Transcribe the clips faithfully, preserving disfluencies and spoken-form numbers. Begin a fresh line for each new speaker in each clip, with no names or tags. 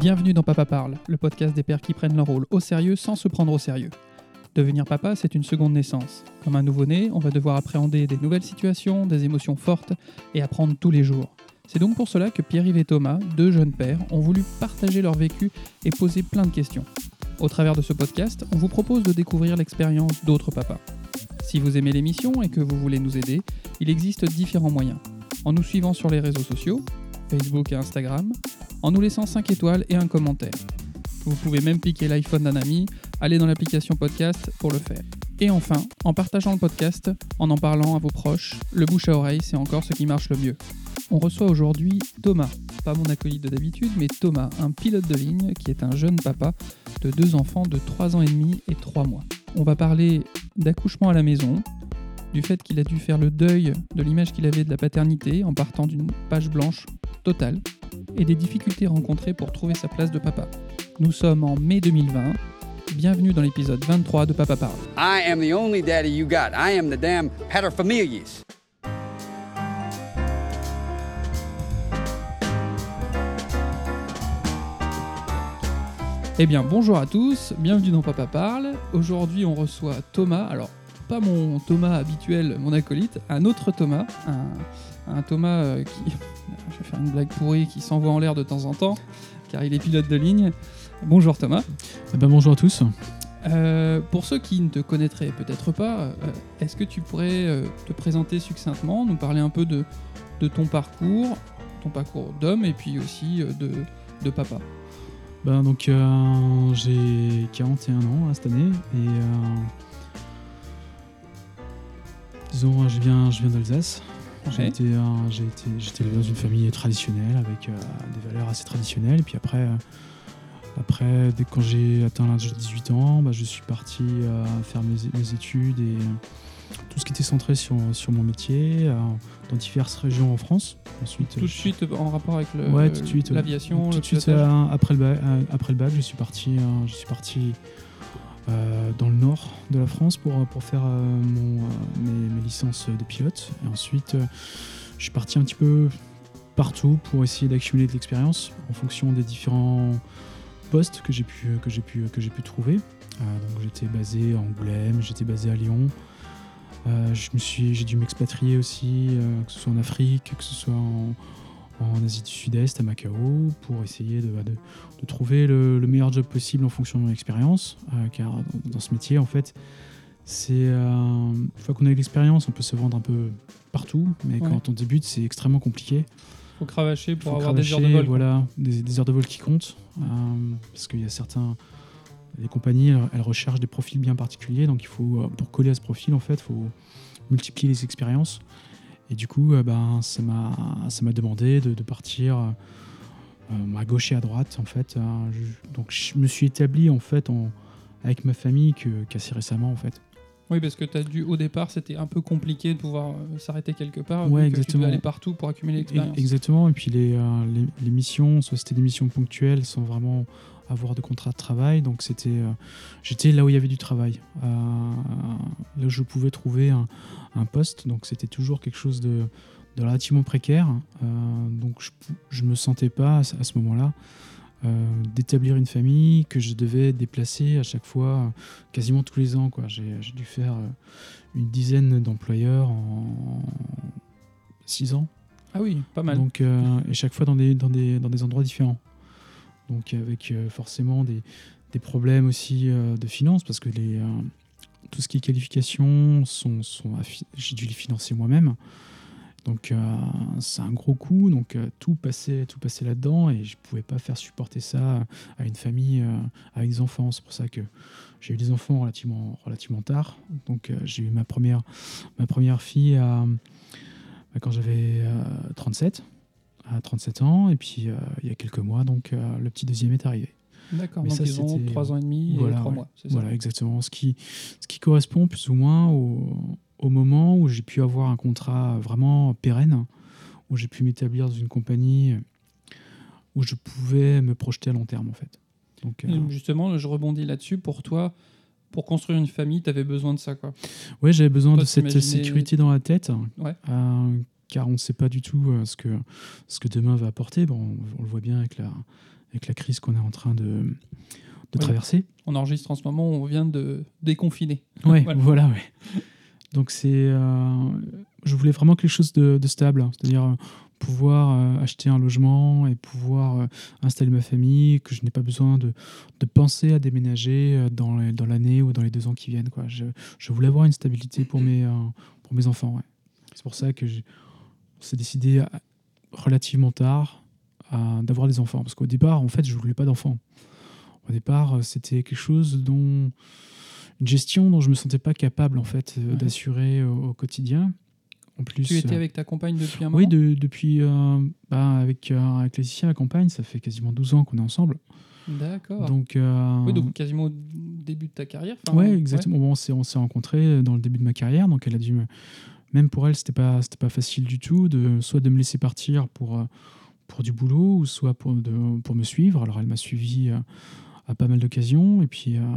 Bienvenue dans Papa Parle, le podcast des pères qui prennent leur rôle au sérieux sans se prendre au sérieux. Devenir papa, c'est une seconde naissance. Comme un nouveau-né, on va devoir appréhender des nouvelles situations, des émotions fortes et apprendre tous les jours. C'est donc pour cela que Pierre-Yves et Thomas, deux jeunes pères, ont voulu partager leur vécu et poser plein de questions. Au travers de ce podcast, on vous propose de découvrir l'expérience d'autres papas. Si vous aimez l'émission et que vous voulez nous aider, il existe différents moyens. En nous suivant sur les réseaux sociaux, Facebook et Instagram, en nous laissant cinq étoiles et un commentaire. Vous pouvez même piquer l'iPhone d'un ami, aller dans l'application podcast pour le faire. Et enfin, en partageant le podcast, en en parlant à vos proches, le bouche à oreille, c'est encore ce qui marche le mieux. On reçoit aujourd'hui Thomas, pas mon acolyte de d'habitude, mais Thomas, un pilote de ligne qui est un jeune papa de deux enfants de trois ans et demi et trois mois. On va parler d'accouchement à la maison, du fait qu'il a dû faire le deuil de l'image qu'il avait de la paternité en partant d'une page blanche totale, et des difficultés rencontrées pour trouver sa place de papa. Nous sommes en mai deux mille vingt. Bienvenue dans l'épisode vingt-trois de Papa Parle.
I am the only daddy you got. I am the damn paterfamilias.
Eh bien, bonjour à tous, bienvenue dans Papa Parle. Aujourd'hui, on reçoit Thomas. Alors, pas mon Thomas habituel, mon acolyte, un autre Thomas, un, un Thomas euh, qui, je vais faire une blague pourrie, qui s'envoie en l'air de temps en temps, car il est pilote de ligne. Bonjour Thomas.
Eh ben, bonjour à tous.
Euh, pour ceux qui ne te connaîtraient peut-être pas, euh, est-ce que tu pourrais euh, te présenter succinctement, nous parler un peu de, de ton parcours, ton parcours d'homme et puis aussi euh, de, de papa.
Ben, donc, euh, j'ai quarante et un ans là, cette année et euh, disons, je viens, je viens d'Alsace. J'ai
Ouais.
été, euh, j'ai été, j'étais dans une famille traditionnelle avec euh, des valeurs assez traditionnelles. Et puis après, euh, après dès quand j'ai atteint l'âge de dix-huit ans, bah, je suis parti euh, faire mes, mes études et euh, tout ce qui était centré sur, sur mon métier euh, dans diverses régions en France. Ensuite,
Tout de
je-
suite en rapport avec le,
Ouais, tout de suite.
l'aviation,
Tout
le
de suite
pilotage.
euh, après le bac, euh, après le bac, je suis parti, euh, je suis parti euh, dans le nord de la France pour pour faire euh, mon euh, mes, mes licences de pilote. Et ensuite, euh, je suis parti un petit peu partout pour essayer d'accumuler de l'expérience en fonction des différents postes que j'ai pu que j'ai pu que j'ai pu trouver. Euh, donc j'étais basé à Angoulême, j'étais basé à Lyon. Euh, je me suis, j'ai dû m'expatrier aussi, euh, que ce soit en Afrique, que ce soit en, en Asie du Sud-Est, à Macao, pour essayer de, de, de trouver le, le meilleur job possible en fonction de mon expérience. Euh, car dans, dans ce métier, en fait, c'est euh, une fois qu'on a eu l'expérience, on peut se vendre un peu partout, mais
Ouais.
quand on débute, c'est extrêmement compliqué.
Faut cravacher pour
Faut
avoir des heures de
cravacher,
vol. quoi.
Voilà, des, des heures de vol qui comptent, euh, parce qu'il y a certains. Les compagnies, elles, elles recherchent des profils bien particuliers, donc il faut, euh, pour coller à ce profil, en fait, il faut multiplier les expériences. Et du coup, euh, ben, ça m'a, ça m'a demandé de, de partir euh, à gauche et à droite, en fait. Euh, je- donc, je me suis établi, en fait, en, avec ma famille que, qu'assez récemment, en fait.
Oui, parce que t'as dû, au départ, c'était un peu compliqué de pouvoir euh, s'arrêter quelque part.
Ouais,
vu que tu
exactement.
devais aller partout pour accumuler l'expérience.
Et- Exactement. Et puis, les, euh, les, les missions, soit c'était des missions ponctuelles, sans vraiment avoir de contrat de travail. Donc, c'était, euh, j'étais là où il y avait du travail. Euh, là où je pouvais trouver un, un poste. Donc, c'était toujours quelque chose de, de relativement précaire. Euh, donc, je, pou- je me sentais pas à ce, à ce moment-là euh, d'établir une famille que je devais déplacer à chaque fois, euh, quasiment tous les ans, quoi. J'ai, j'ai dû faire euh, une dizaine d'employeurs en six ans.
Ah oui, pas mal.
Donc, euh, et chaque fois dans des, dans des, dans des endroits différents. Donc avec euh, forcément des, des problèmes aussi euh, de finances, parce que les, euh, tout ce qui est qualifications, sont, sont affi- j'ai dû les financer moi-même. Donc euh, c'est un gros coût, donc euh, tout passait, tout passait là-dedans, et je ne pouvais pas faire supporter ça à une famille euh, avec des enfants. C'est pour ça que j'ai eu des enfants relativement, relativement tard. Donc euh, j'ai eu ma première, ma première fille à, bah, quand j'avais euh, trente-sept. À trente-sept ans, et puis euh, il y a quelques mois, donc euh, le petit deuxième est arrivé.
D'accord,
mais
donc
ça,
ils ont
c'était-
trois ans et demi et
Voilà,
trois
ouais.
mois, c'est ça.
Voilà, exactement. Ce qui, ce qui correspond plus ou moins au, au moment où j'ai pu avoir un contrat vraiment pérenne, où j'ai pu m'établir dans une compagnie où je pouvais me projeter à long terme, en fait. Donc, euh,
Et justement, je rebondis là-dessus. Pour toi, pour construire une famille, tu avais besoin de ça, quoi.
ouais, j'avais besoin
Toi,
de cette
t'imaginer-
sécurité dans la tête.
Ouais.
Euh, car on ne sait pas du tout euh, ce, que, ce que demain va apporter. Bon, on, on le voit bien avec la, avec la crise qu'on est en train de, de
Oui.
traverser.
On enregistre en ce moment, on vient de déconfiner.
Ouais,
Voilà.
voilà, ouais. Donc c'est, euh, je voulais vraiment quelque chose de, de stable, hein. C'est-à-dire euh, pouvoir euh, acheter un logement et pouvoir euh, installer ma famille, que je n'ai pas besoin de, de penser à déménager euh, dans, les- dans l'année ou dans les deux ans qui viennent, quoi. Je, je voulais avoir une stabilité pour mes, euh, pour mes enfants. Ouais. C'est pour ça que j'ai, on s'est décidé à- relativement tard à- d'avoir des enfants. Parce qu'au départ, en fait, je voulais pas d'enfants. Au départ, euh, c'était quelque chose dont une gestion dont je me sentais pas capable en fait euh,
Ouais.
d'assurer au, au quotidien. En plus,
Tu étais
euh,
avec ta compagne depuis un moment?
oui, de- depuis euh, bah, avec euh, avec Laetitia, ma compagne, ça fait quasiment douze ans qu'on est ensemble.
D'accord.
Donc, euh,
Oui, donc quasiment au début de ta carrière. enfin,
ouais, exactement. Bon, on s'est on s'est rencontrés dans le début de ma carrière, donc elle a dû me- même pour elle, c'était pas c'était pas facile du tout de soit de me laisser partir pour euh, pour du boulot ou soit pour de, pour me suivre. Alors elle m'a suivi euh, à pas mal d'occasions et puis euh,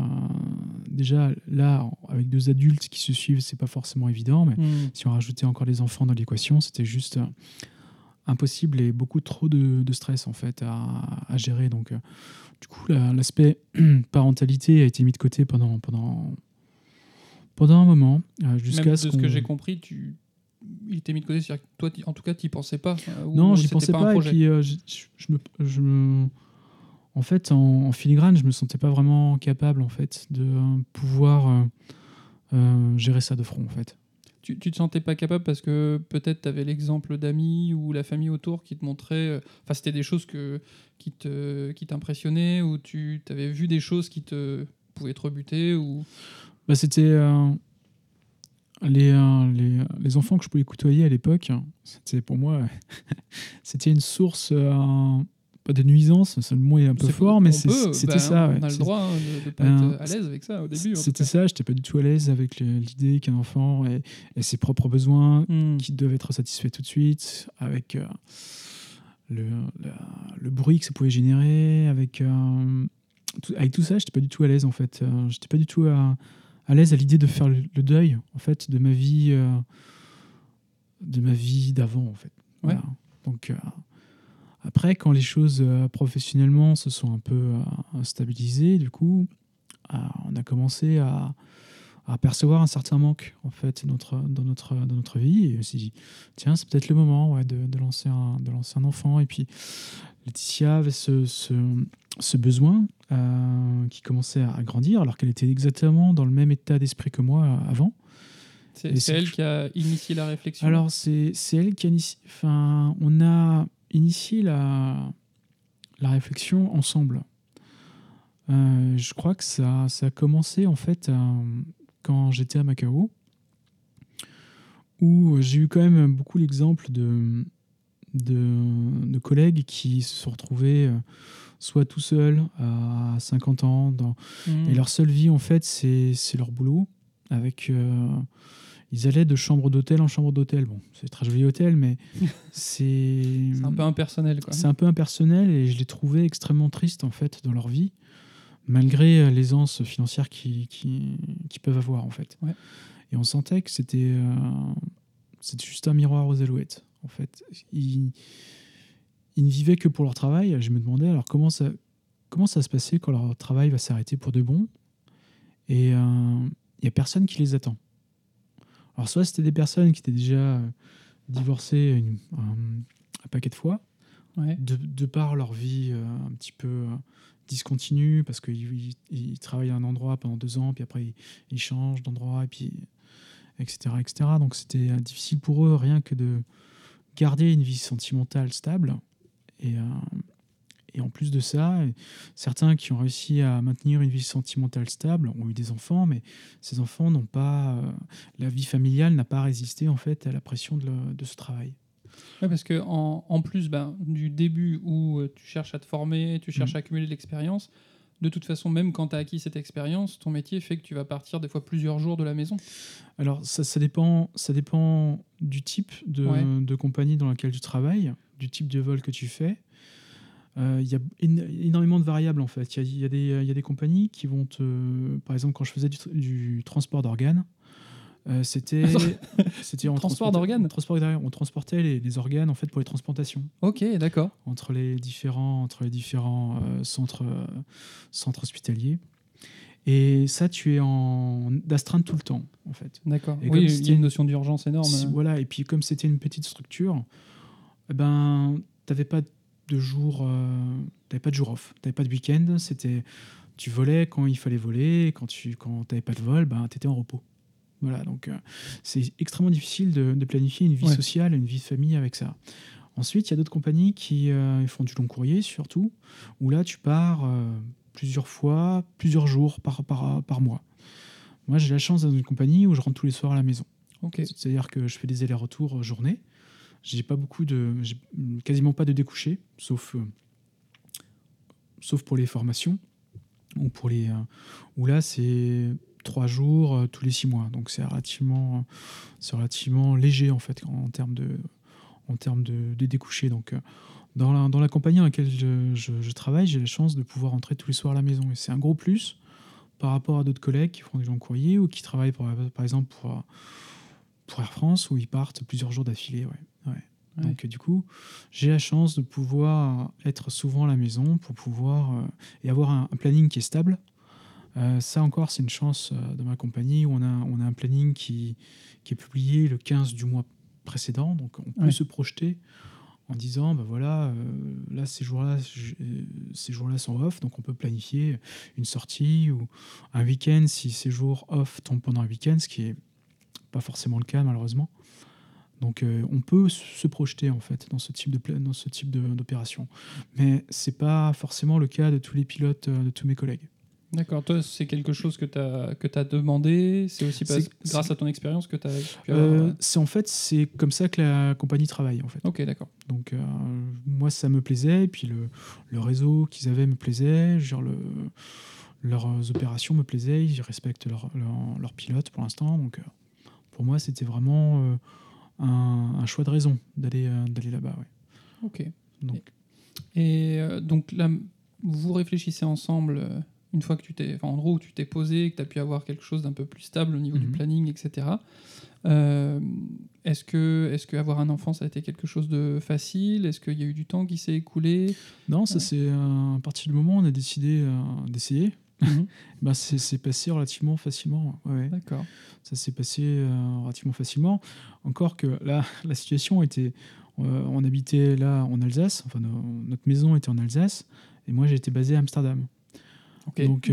déjà là avec deux adultes qui se suivent, c'est pas forcément évident, mais
Hmm.
si on rajoutait encore les enfants dans l'équation, c'était juste euh, impossible et beaucoup trop de, de stress en fait à, à gérer. Donc, euh, du coup, la- l'aspect parentalité a été mis de côté pendant, pendant, pendant un moment, euh,
Même
jusqu'à
de
ce
ce que
qu'on...
j'ai compris, tu... il était mis de côté. C'est-à-dire que toi, t'y- en tout cas, tu n'y pensais pas. euh, ou
Non, j'y
c'était
pensais
pas.
pas,
un
et
projet.
puis euh, je, je me, je me- en fait, en, en filigrane, je me sentais pas vraiment capable en fait de euh, pouvoir euh, euh, gérer ça de front en fait.
Tu, tu te sentais pas capable parce que peut-être tu avais l'exemple d'amis ou la famille autour qui te montrait. euh, Enfin, c'était des choses que, qui te, qui t'impressionnaient ou tu avais vu des choses qui te pouvaient te rebuter ou.
Bah, c'était euh, les, euh, les, les enfants que je pouvais côtoyer à l'époque. C'était pour moi, c'était une source, euh, pas de nuisance, c'est- le mot est un peu
C'est-
fort, mais
on
c'est-
peut,
c'était
bah,
ça.
On
ouais.
a le
C'est-
droit hein, de ne pas
Euh,
être à l'aise avec ça au début. en tout
C'était
cas.
ça, j'étais pas du tout à l'aise avec le- l'idée qu'un enfant ait, ait ses propres besoins
Hmm.
qui doivent être satisfaits tout de suite, avec euh, le, la- le bruit que ça pouvait générer, avec, euh, tout, avec tout ça, j'étais pas du tout à l'aise en fait. Euh, j'étais pas du tout à, à l'aise à l'idée de faire le, le deuil en fait de ma vie, euh, de ma vie d'avant en fait.
Ouais.
Voilà. Donc euh, après, quand les choses euh, professionnellement se sont un peu euh, stabilisées, du coup, euh, on a commencé à à percevoir un certain manque en fait notre, dans, notre, dans notre vie et je me suis dit tiens c'est peut-être le moment ouais, de, de, lancer un, de lancer un enfant et puis Laetitia avait ce, ce, ce besoin euh, qui commençait à grandir alors qu'elle était exactement dans le même état d'esprit que moi euh, avant.
C'est
Et
c'est
c'est
elle
que-
qui a initié la réflexion.
Alors c'est, c'est elle qui a initié, enfin on a initié la, la réflexion ensemble. Euh, je crois que ça, ça a commencé en fait euh, quand j'étais à Macao, où j'ai eu quand même beaucoup l'exemple de, de, de collègues qui se sont retrouvés euh, soit tout seuls à cinquante ans, dans,
Hmm.
et leur seule vie en fait c'est, c'est leur boulot. Avec, euh, ils allaient de chambre d'hôtel en chambre d'hôtel. Bon, c'est un très joli hôtel, mais c'est,
C'est un peu impersonnel. Quoi.
c'est un peu impersonnel et je les trouvais extrêmement tristes en fait dans leur vie, malgré euh, l'aisance financière qu'ils qui, qui peuvent avoir en fait.
Ouais.
Et on sentait que c'était euh, c'était juste un miroir aux alouettes en fait. Ils, ils ne vivaient que pour leur travail. Je me demandais alors comment ça comment ça va se passer quand leur travail va s'arrêter pour de bon et il euh, y a personne qui les attend. Alors soit c'était des personnes qui étaient déjà euh, divorcées une- un, un paquet de fois,
Ouais.
de, de par leur vie euh, un petit peu euh, discontinue, parce qu'ils ils, ils travaillent à un endroit pendant deux ans, puis après ils, ils changent d'endroit, et puis et cetera, et cetera. Donc c'était euh, difficile pour eux rien que de garder une vie sentimentale stable. Et, euh, et en plus de ça, certains qui ont réussi à maintenir une vie sentimentale stable ont eu des enfants, mais ces enfants n'ont pas... euh, la vie familiale n'a pas résisté en fait à la pression de, le- de ce travail.
Ouais, parce que en, en plus ben, du début où euh, tu cherches à te former, tu cherches
Mhm.
à accumuler de l'expérience, de toute façon, même quand tu as acquis cette expérience, ton métier fait que tu vas partir des fois plusieurs jours de la maison.
Alors, ça, ça, dépend, ça dépend du type de,
Ouais.
de compagnie dans laquelle tu travailles, du type de vol que tu fais. Euh, Il y a éno- énormément de variables, en fait. Il y a, il y a des- il y a des compagnies qui vont te... Par exemple, quand je faisais du, tr- du transport d'organes, Euh, c'était, c'était en
Transport d'organes.
transport d'organes. On transportait les, les organes en fait pour les transplantations
Ok, d'accord.
entre les différents, entre les différents euh, centres, euh, centres hospitaliers. Et ça, tu es en d'astreinte tout le temps, en fait.
D'accord.
Et
Oui,
comme
il y
c'était
a une
une-
notion d'urgence énorme.
Si- voilà. Et puis comme c'était une petite structure, eh ben, t'avais pas de jour, euh, t'avais pas de jour off, t'avais pas de week-end. C'était, tu volais quand il fallait voler. Et quand tu, quand t'avais pas de vol, ben, t'étais en repos. Voilà. Donc euh, c'est extrêmement difficile de, de planifier une vie
Ouais.
sociale, une vie de famille avec ça. Ensuite, il y a d'autres compagnies qui euh, font du long courrier, surtout, où là, tu pars euh, plusieurs fois, plusieurs jours par, par, par mois. Moi, j'ai la chance dans une compagnie où je rentre tous les soirs à la maison.
Ok.
C'est-à-dire que je fais des allers-retours euh, journée. J'ai pas beaucoup de, j'ai quasiment pas de découchés, sauf, euh, sauf pour les formations ou pour les, euh, où là, c'est trois jours euh, tous les six mois. Donc c'est relativement, c'est relativement léger en fait en termes de, en termes de, de découchés. Donc, euh, dans la, dans la compagnie dans laquelle je, je- je travaille, j'ai la chance de pouvoir rentrer tous les soirs à la maison. Et c'est un gros plus par rapport à d'autres collègues qui font du long courrier ou qui travaillent, pour, par exemple, pour, pour Air France, où ils partent plusieurs jours d'affilée. Ouais. Ouais.
Ouais.
Donc, euh, du coup, j'ai la chance de pouvoir être souvent à la maison pour pouvoir euh, et avoir un, un planning qui est stable. Euh, ça encore, c'est une chance euh, dans ma compagnie où on a, on a un planning qui, qui est publié le quinze du mois précédent. Donc, on peut
Ouais.
se projeter en disant, ben voilà, euh, là, ces jours-là, je- euh, ces jours-là sont off, donc on peut planifier une sortie ou un week-end si ces jours off tombent pendant un week-end, ce qui est pas forcément le cas, malheureusement. Donc, euh, on peut se projeter, en fait, dans ce type de pla- dans ce type de- d'opération. Mais c'est pas forcément le cas de tous les pilotes, euh, de tous mes collègues.
D'accord. Toi, c'est quelque chose que tu as que t'as demandé. C'est aussi pas-
C'est-
grâce
c'est-
à ton expérience que tu as pu avoir.
Euh,
euh,
c'est en fait, c'est comme ça que la compagnie travaille, en fait.
Ok, d'accord.
Donc, euh, moi, ça me plaisait, et puis le, le réseau qu'ils avaient me plaisait, genre le, leurs opérations me plaisaient, ils respectent leurs leur, leur pilotes pour l'instant. Donc, euh, pour moi, c'était vraiment euh, un, un choix de raison d'aller euh, d'aller là-bas. Ouais.
Ok.
Donc,
Et euh, donc là, vous réfléchissez ensemble euh, une fois que tu t'es, enfin, en gros, tu t'es posé, que tu as pu avoir quelque chose d'un peu plus stable au niveau du
Mhm.
planning, et cetera. Euh, est-ce que, est-ce que avoir un enfant, ça a été quelque chose de facile? Est-ce qu'il y a eu du temps qui s'est écoulé?
non, ça
Ouais.
c'est euh, à partir du moment où on a décidé euh, d'essayer,
Mhm.
ben, c'est c'est passé relativement facilement. Ouais, ouais.
D'accord.
Ça s'est passé euh, relativement facilement. Encore que là, la situation était, euh, on habitait là en Alsace, enfin no- notre maison était en Alsace, et moi j'étais basé à Amsterdam.
Ok.
Donc,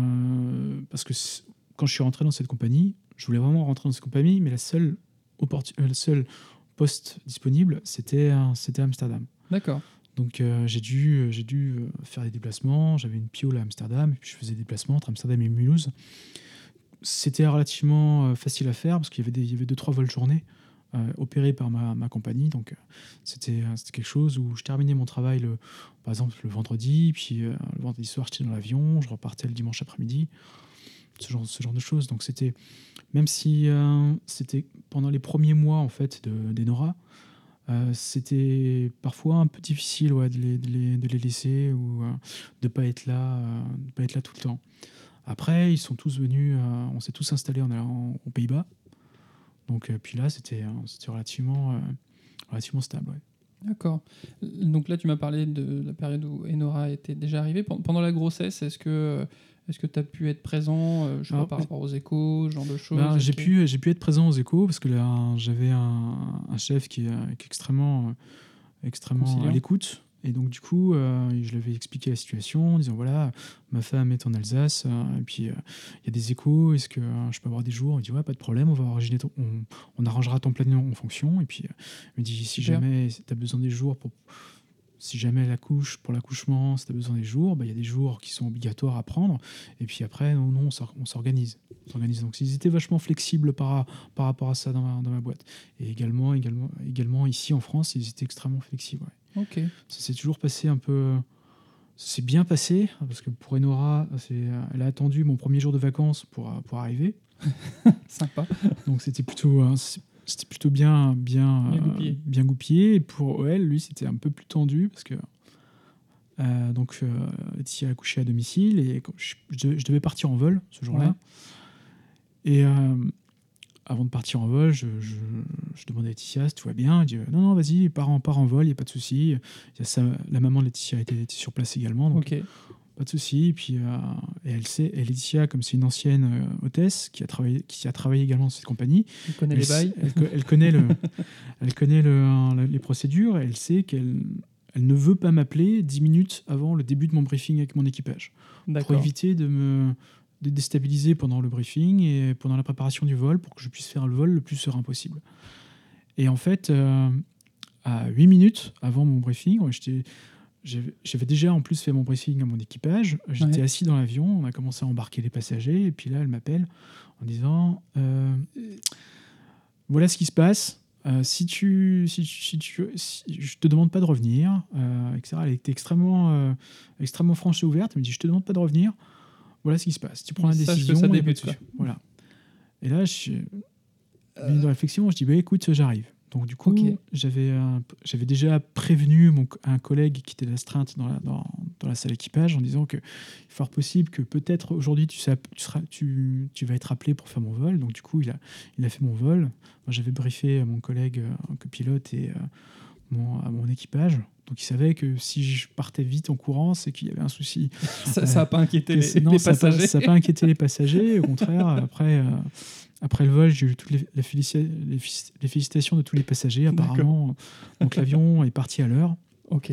euh, parce que c- quand je suis rentré dans cette compagnie, je voulais vraiment rentrer dans cette compagnie, mais la seule, opportu- euh, le seul poste disponible, c'était euh, c'était Amsterdam.
D'accord.
Donc euh, j'ai dû, euh, j'ai dû euh, faire des déplacements. J'avais une piole à Amsterdam, et puis je faisais des déplacements entre Amsterdam et Mulhouse. C'était relativement euh, facile à faire parce qu'il y avait, des, il y avait deux, trois vols journée euh, opérés par ma, ma compagnie. Donc euh, c'était, euh, c'était quelque chose où je terminais mon travail, le, par exemple, le vendredi, puis euh, le vendredi soir, j'étais dans l'avion, je repartais le dimanche après-midi, ce genre, ce genre de choses. Donc c'était, même si euh, c'était pendant les premiers mois en fait de, d'Enora, euh, c'était parfois un peu difficile ouais, de, les, de, les, de les laisser ou euh, de pas être là, euh, de pas être là tout le temps. Après, ils sont tous venus, euh, on s'est tous installés en allant aux Pays-Bas. Donc, euh, puis là, c'était, euh, c'était relativement, euh, relativement stable. Ouais.
D'accord. Donc là, tu m'as parlé de la période où Enora était déjà arrivée. Pen- Pendant la grossesse, est-ce que est-ce que tu as pu être présent, euh, je sais
Alors,
pas, par rapport aux échos, ce genre de choses?
Ben, j'ai,
Est-ce que-
pu, j'ai pu être présent aux échos parce que là, j'avais un, un chef qui, est- qui est extrêmement, euh, extrêmement
Conciliant.
à l'écoute. Et donc, du coup, euh, je lui avais expliqué la situation en disant voilà, ma femme est en Alsace, euh, et puis euh, il y a des échos, est-ce que euh, je peux avoir des jours? Il dit ouais, pas de problème, on, va arranger ton- on, on arrangera ton planning en fonction. Et puis, euh, il me dit si
Super.
jamais tu as besoin des jours pour. Si jamais elle accouche pour l'accouchement, si tu as besoin des jours, bah, il y a des jours qui sont obligatoires à prendre. Et puis après, non, non, on s'or- on s'organise. On s'organise. Donc, ils étaient vachement flexibles par, par rapport à ça dans ma, dans ma boîte. Et également, également, également, ici en France, ils étaient extrêmement flexibles. Ouais.
Ok.
Ça s'est toujours passé un peu. C'est bien passé, parce que pour Enora, c'est, elle a attendu mon premier jour de vacances pour, pour arriver.
Sympa.
Donc, c'était plutôt. euh, c'est- C'était plutôt bien, bien,
Bien
euh,
goupillé.
bien goupillé. Et pour O L, lui, c'était un peu plus tendu parce que euh, donc euh, Laetitia a accouché à domicile et quand je, je devais- je devais partir en vol ce jour-là.
Ouais.
Et euh, avant de partir en vol, je, je, je demande à Laetitia si tout va bien. Elle dit non, non, vas-y, pars en, pars en vol, il n'y a pas de souci. Il y a ça, la maman de Laetitia était, était sur place également, donc
Ok.
pas de souci. Et puis, euh, et elle sait, et Laetitia, comme c'est une ancienne euh, hôtesse qui a travaillé, qui a travaillé également dans cette compagnie,
Tu connais
elle,
les bails.
elle, elle connaît, le, elle connaît le, les procédures. Et elle sait qu'elle elle ne veut pas m'appeler dix minutes avant le début de mon briefing avec mon équipage, pour
D'accord.
éviter de me de déstabiliser pendant le briefing et pendant la préparation du vol, pour que je puisse faire le vol le plus serein possible. Et en fait, euh, à huit minutes avant mon briefing, ouais, j'étais, j'avais, j'avais déjà en plus fait mon briefing à mon équipage. J'étais
Ouais.
assis dans l'avion, on a commencé à embarquer les passagers, et puis là, elle m'appelle en disant euh, voilà ce qui se passe. Euh, si tu, si, tu- si tu, si, je te demande pas de revenir, euh, et cetera. Elle était extrêmement, euh, extrêmement franche et ouverte. Elle me dit je te demande pas de revenir. Voilà ce qui se passe. Tu prends la
Sache que
décision.
ça
et
débute,
pas de
quoi.
souci. Voilà. Et là, je, une réflexion, je dis bah, écoute, j'arrive. Donc du coup,
Ok.
j'avais, un- j'avais déjà prévenu mon, un collègue qui était d'astreinte dans la, dans, dans la salle équipage en disant que il est fort possible que peut-être aujourd'hui tu, sais, tu, seras, tu, tu vas être appelé pour faire mon vol. Donc du coup, il a, il a fait mon vol. Moi, j'avais briefé mon collègue euh, copilote et euh, mon, à mon équipage. Donc il savait que si je partais vite en courant, c'est qu'il y avait un souci.
Ça n'a pas inquiété les,
C'est- non,
les
ça a pas-
passagers.
Ça n'a pas inquiété les passagers. Au contraire, après, euh, après le vol, j'ai eu toutes les, les, félici- les fi- les félicitations de tous les passagers. Apparemment, donc l'avion est parti à l'heure.
Ok.
Et,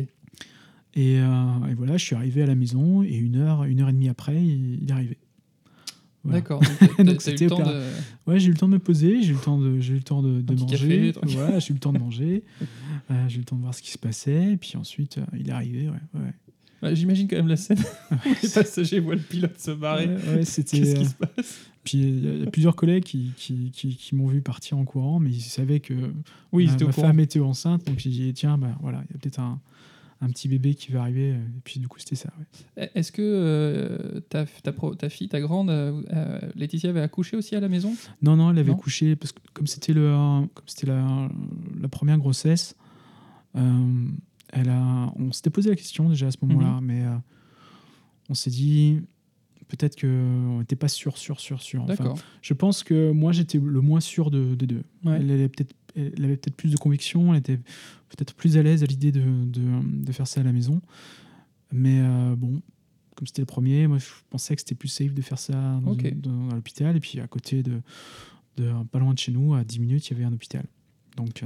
euh, et voilà, je suis arrivé à la maison et une heure, une heure et demie après, il, il est arrivé. Voilà.
D'accord. Donc, t'as-
Donc,
t'as eu
c'était
le temps
opéra-
de...
Ouais, j'ai eu le temps de me poser, j'ai eu le temps de, j'ai eu le temps de, de
petit
manger.
café, tranquille.
Voilà, j'ai eu le temps de manger. Euh, j'ai eu le temps de voir ce qui se passait. Et puis ensuite, euh, il est arrivé. Ouais, ouais.
Ouais, j'imagine quand même la scène où les passagers voient le pilote se barrer.
Ouais, ouais, c'était.
Qu'est-ce qui
euh,
se passe?
Puis il y a- il y a plusieurs collègues qui, qui, qui, qui m'ont vu partir en courant, mais ils savaient que
Oui, ils
ma,
étaient au
ma
courant.
femme était enceinte, donc j'ai dit tiens, bah, voilà, il y a peut-être un, un petit bébé qui va arriver. Et puis du coup, c'était ça. Ouais.
Est-ce que euh, ta, ta, pro- ta fille, ta grande, euh, euh, Laetitia avait accouché aussi à la maison?
Non, non, elle avait
Non
couché, parce que comme c'était le, comme c'était la, la première grossesse, euh, elle a, on s'était posé la question déjà à ce moment-là,
Mhm.
mais euh, on s'est dit peut-être qu'on n'était pas sûr, sûr, sûr, sûr. Enfin,
D'accord.
je pense que moi, j'étais le moins sûr de- des deux.
Ouais.
Elle, elle avait peut-être, elle avait peut-être plus de conviction, elle était peut-être plus à l'aise à l'idée de, de, de faire ça à la maison. Mais euh, bon, comme c'était le premier, moi, je pensais que c'était plus safe de faire ça dans,
Ok.
une- dans- à l'hôpital. Et puis, à côté de, de, pas loin de chez nous, à dix minutes, il y avait un hôpital. Donc, euh,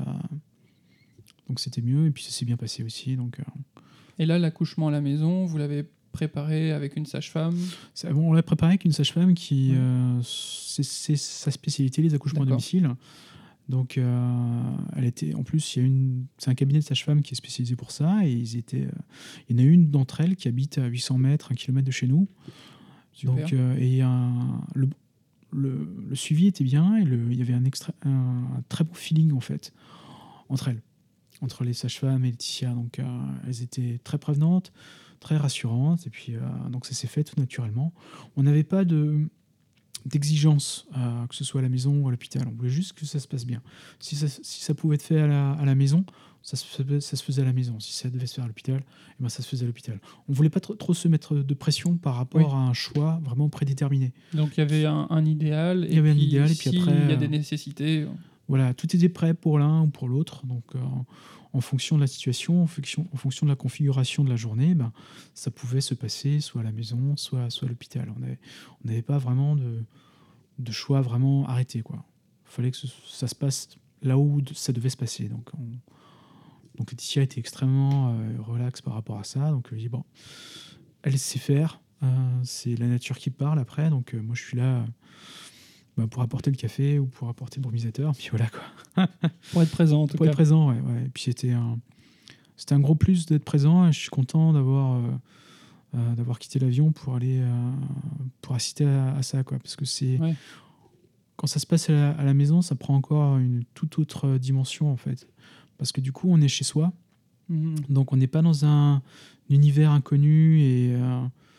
donc c'était mieux. Et puis, ça s'est bien passé aussi. Donc, euh,
Et là, l'accouchement à la maison, vous l'avez préparé avec une sage-femme?
ça- bon, on l'a préparé avec une sage-femme qui,
Ouais.
euh, c'est, c'est sa spécialité, les accouchements à
D'accord.
domicile. Donc, euh, elle était, en plus, il y a une, c'est un cabinet de sage-femme qui est spécialisé pour ça. Et ils étaient, euh, il y en a une d'entre elles qui habite à huit cents mètres, un kilomètre de chez nous.
Super.
Donc, euh, et un, le, le, le suivi était bien. Et le, il y avait un, extra, un, un très beau feeling, en fait, entre elles, entre les sages-femmes et Laetitia. Donc, euh, elles étaient très prévenantes, très rassurantes. Et puis, euh, donc, ça s'est fait tout naturellement. On n'avait pas de d'exigence, euh, que ce soit à la maison ou à l'hôpital. On voulait juste que ça se passe bien. Si ça, si ça pouvait être fait à la, à la maison, ça se, faisait, ça se faisait à la maison. Si ça devait se faire à l'hôpital, eh ben ça se faisait à l'hôpital. On voulait pas trop, trop se mettre de pression par rapport
Oui.
à un choix vraiment prédéterminé.
Donc il y avait un, un idéal.
Il y avait un
puis,
idéal, et puis
si
après,
il y a
euh,
des nécessités.
Voilà, tout était prêt pour l'un ou pour l'autre. Donc, euh, en fonction de la situation, en fonction, en fonction de la configuration de la journée, ben, ça pouvait se passer soit à la maison, soit, soit à l'hôpital. On n'avait on n'avait pas vraiment de, de choix vraiment arrêté, quoi. Il fallait que ce- ça se passe là où de- ça devait se passer. Donc, on, donc Laetitia était extrêmement euh, relax par rapport à ça. Donc, je lui ai dit, bon, elle sait faire. Euh, c'est la nature qui parle après. Donc, euh, moi, je suis là euh, bah, pour apporter le café ou pour apporter le brumisateur. Puis voilà, quoi.
Pour être présent, en tout
Pour
cas.
être présent, ouais, ouais. Et puis c'était un, c'était un gros plus d'être présent. Et je suis content d'avoir, euh, euh, d'avoir quitté l'avion pour aller, euh, pour assister à, à ça, quoi. Parce que c'est
Ouais.
quand ça se passe à la, à la maison, ça prend encore une toute autre dimension, en fait. Parce que du coup, on est chez soi,
Mhm.
donc on n'est pas dans un univers inconnu et euh,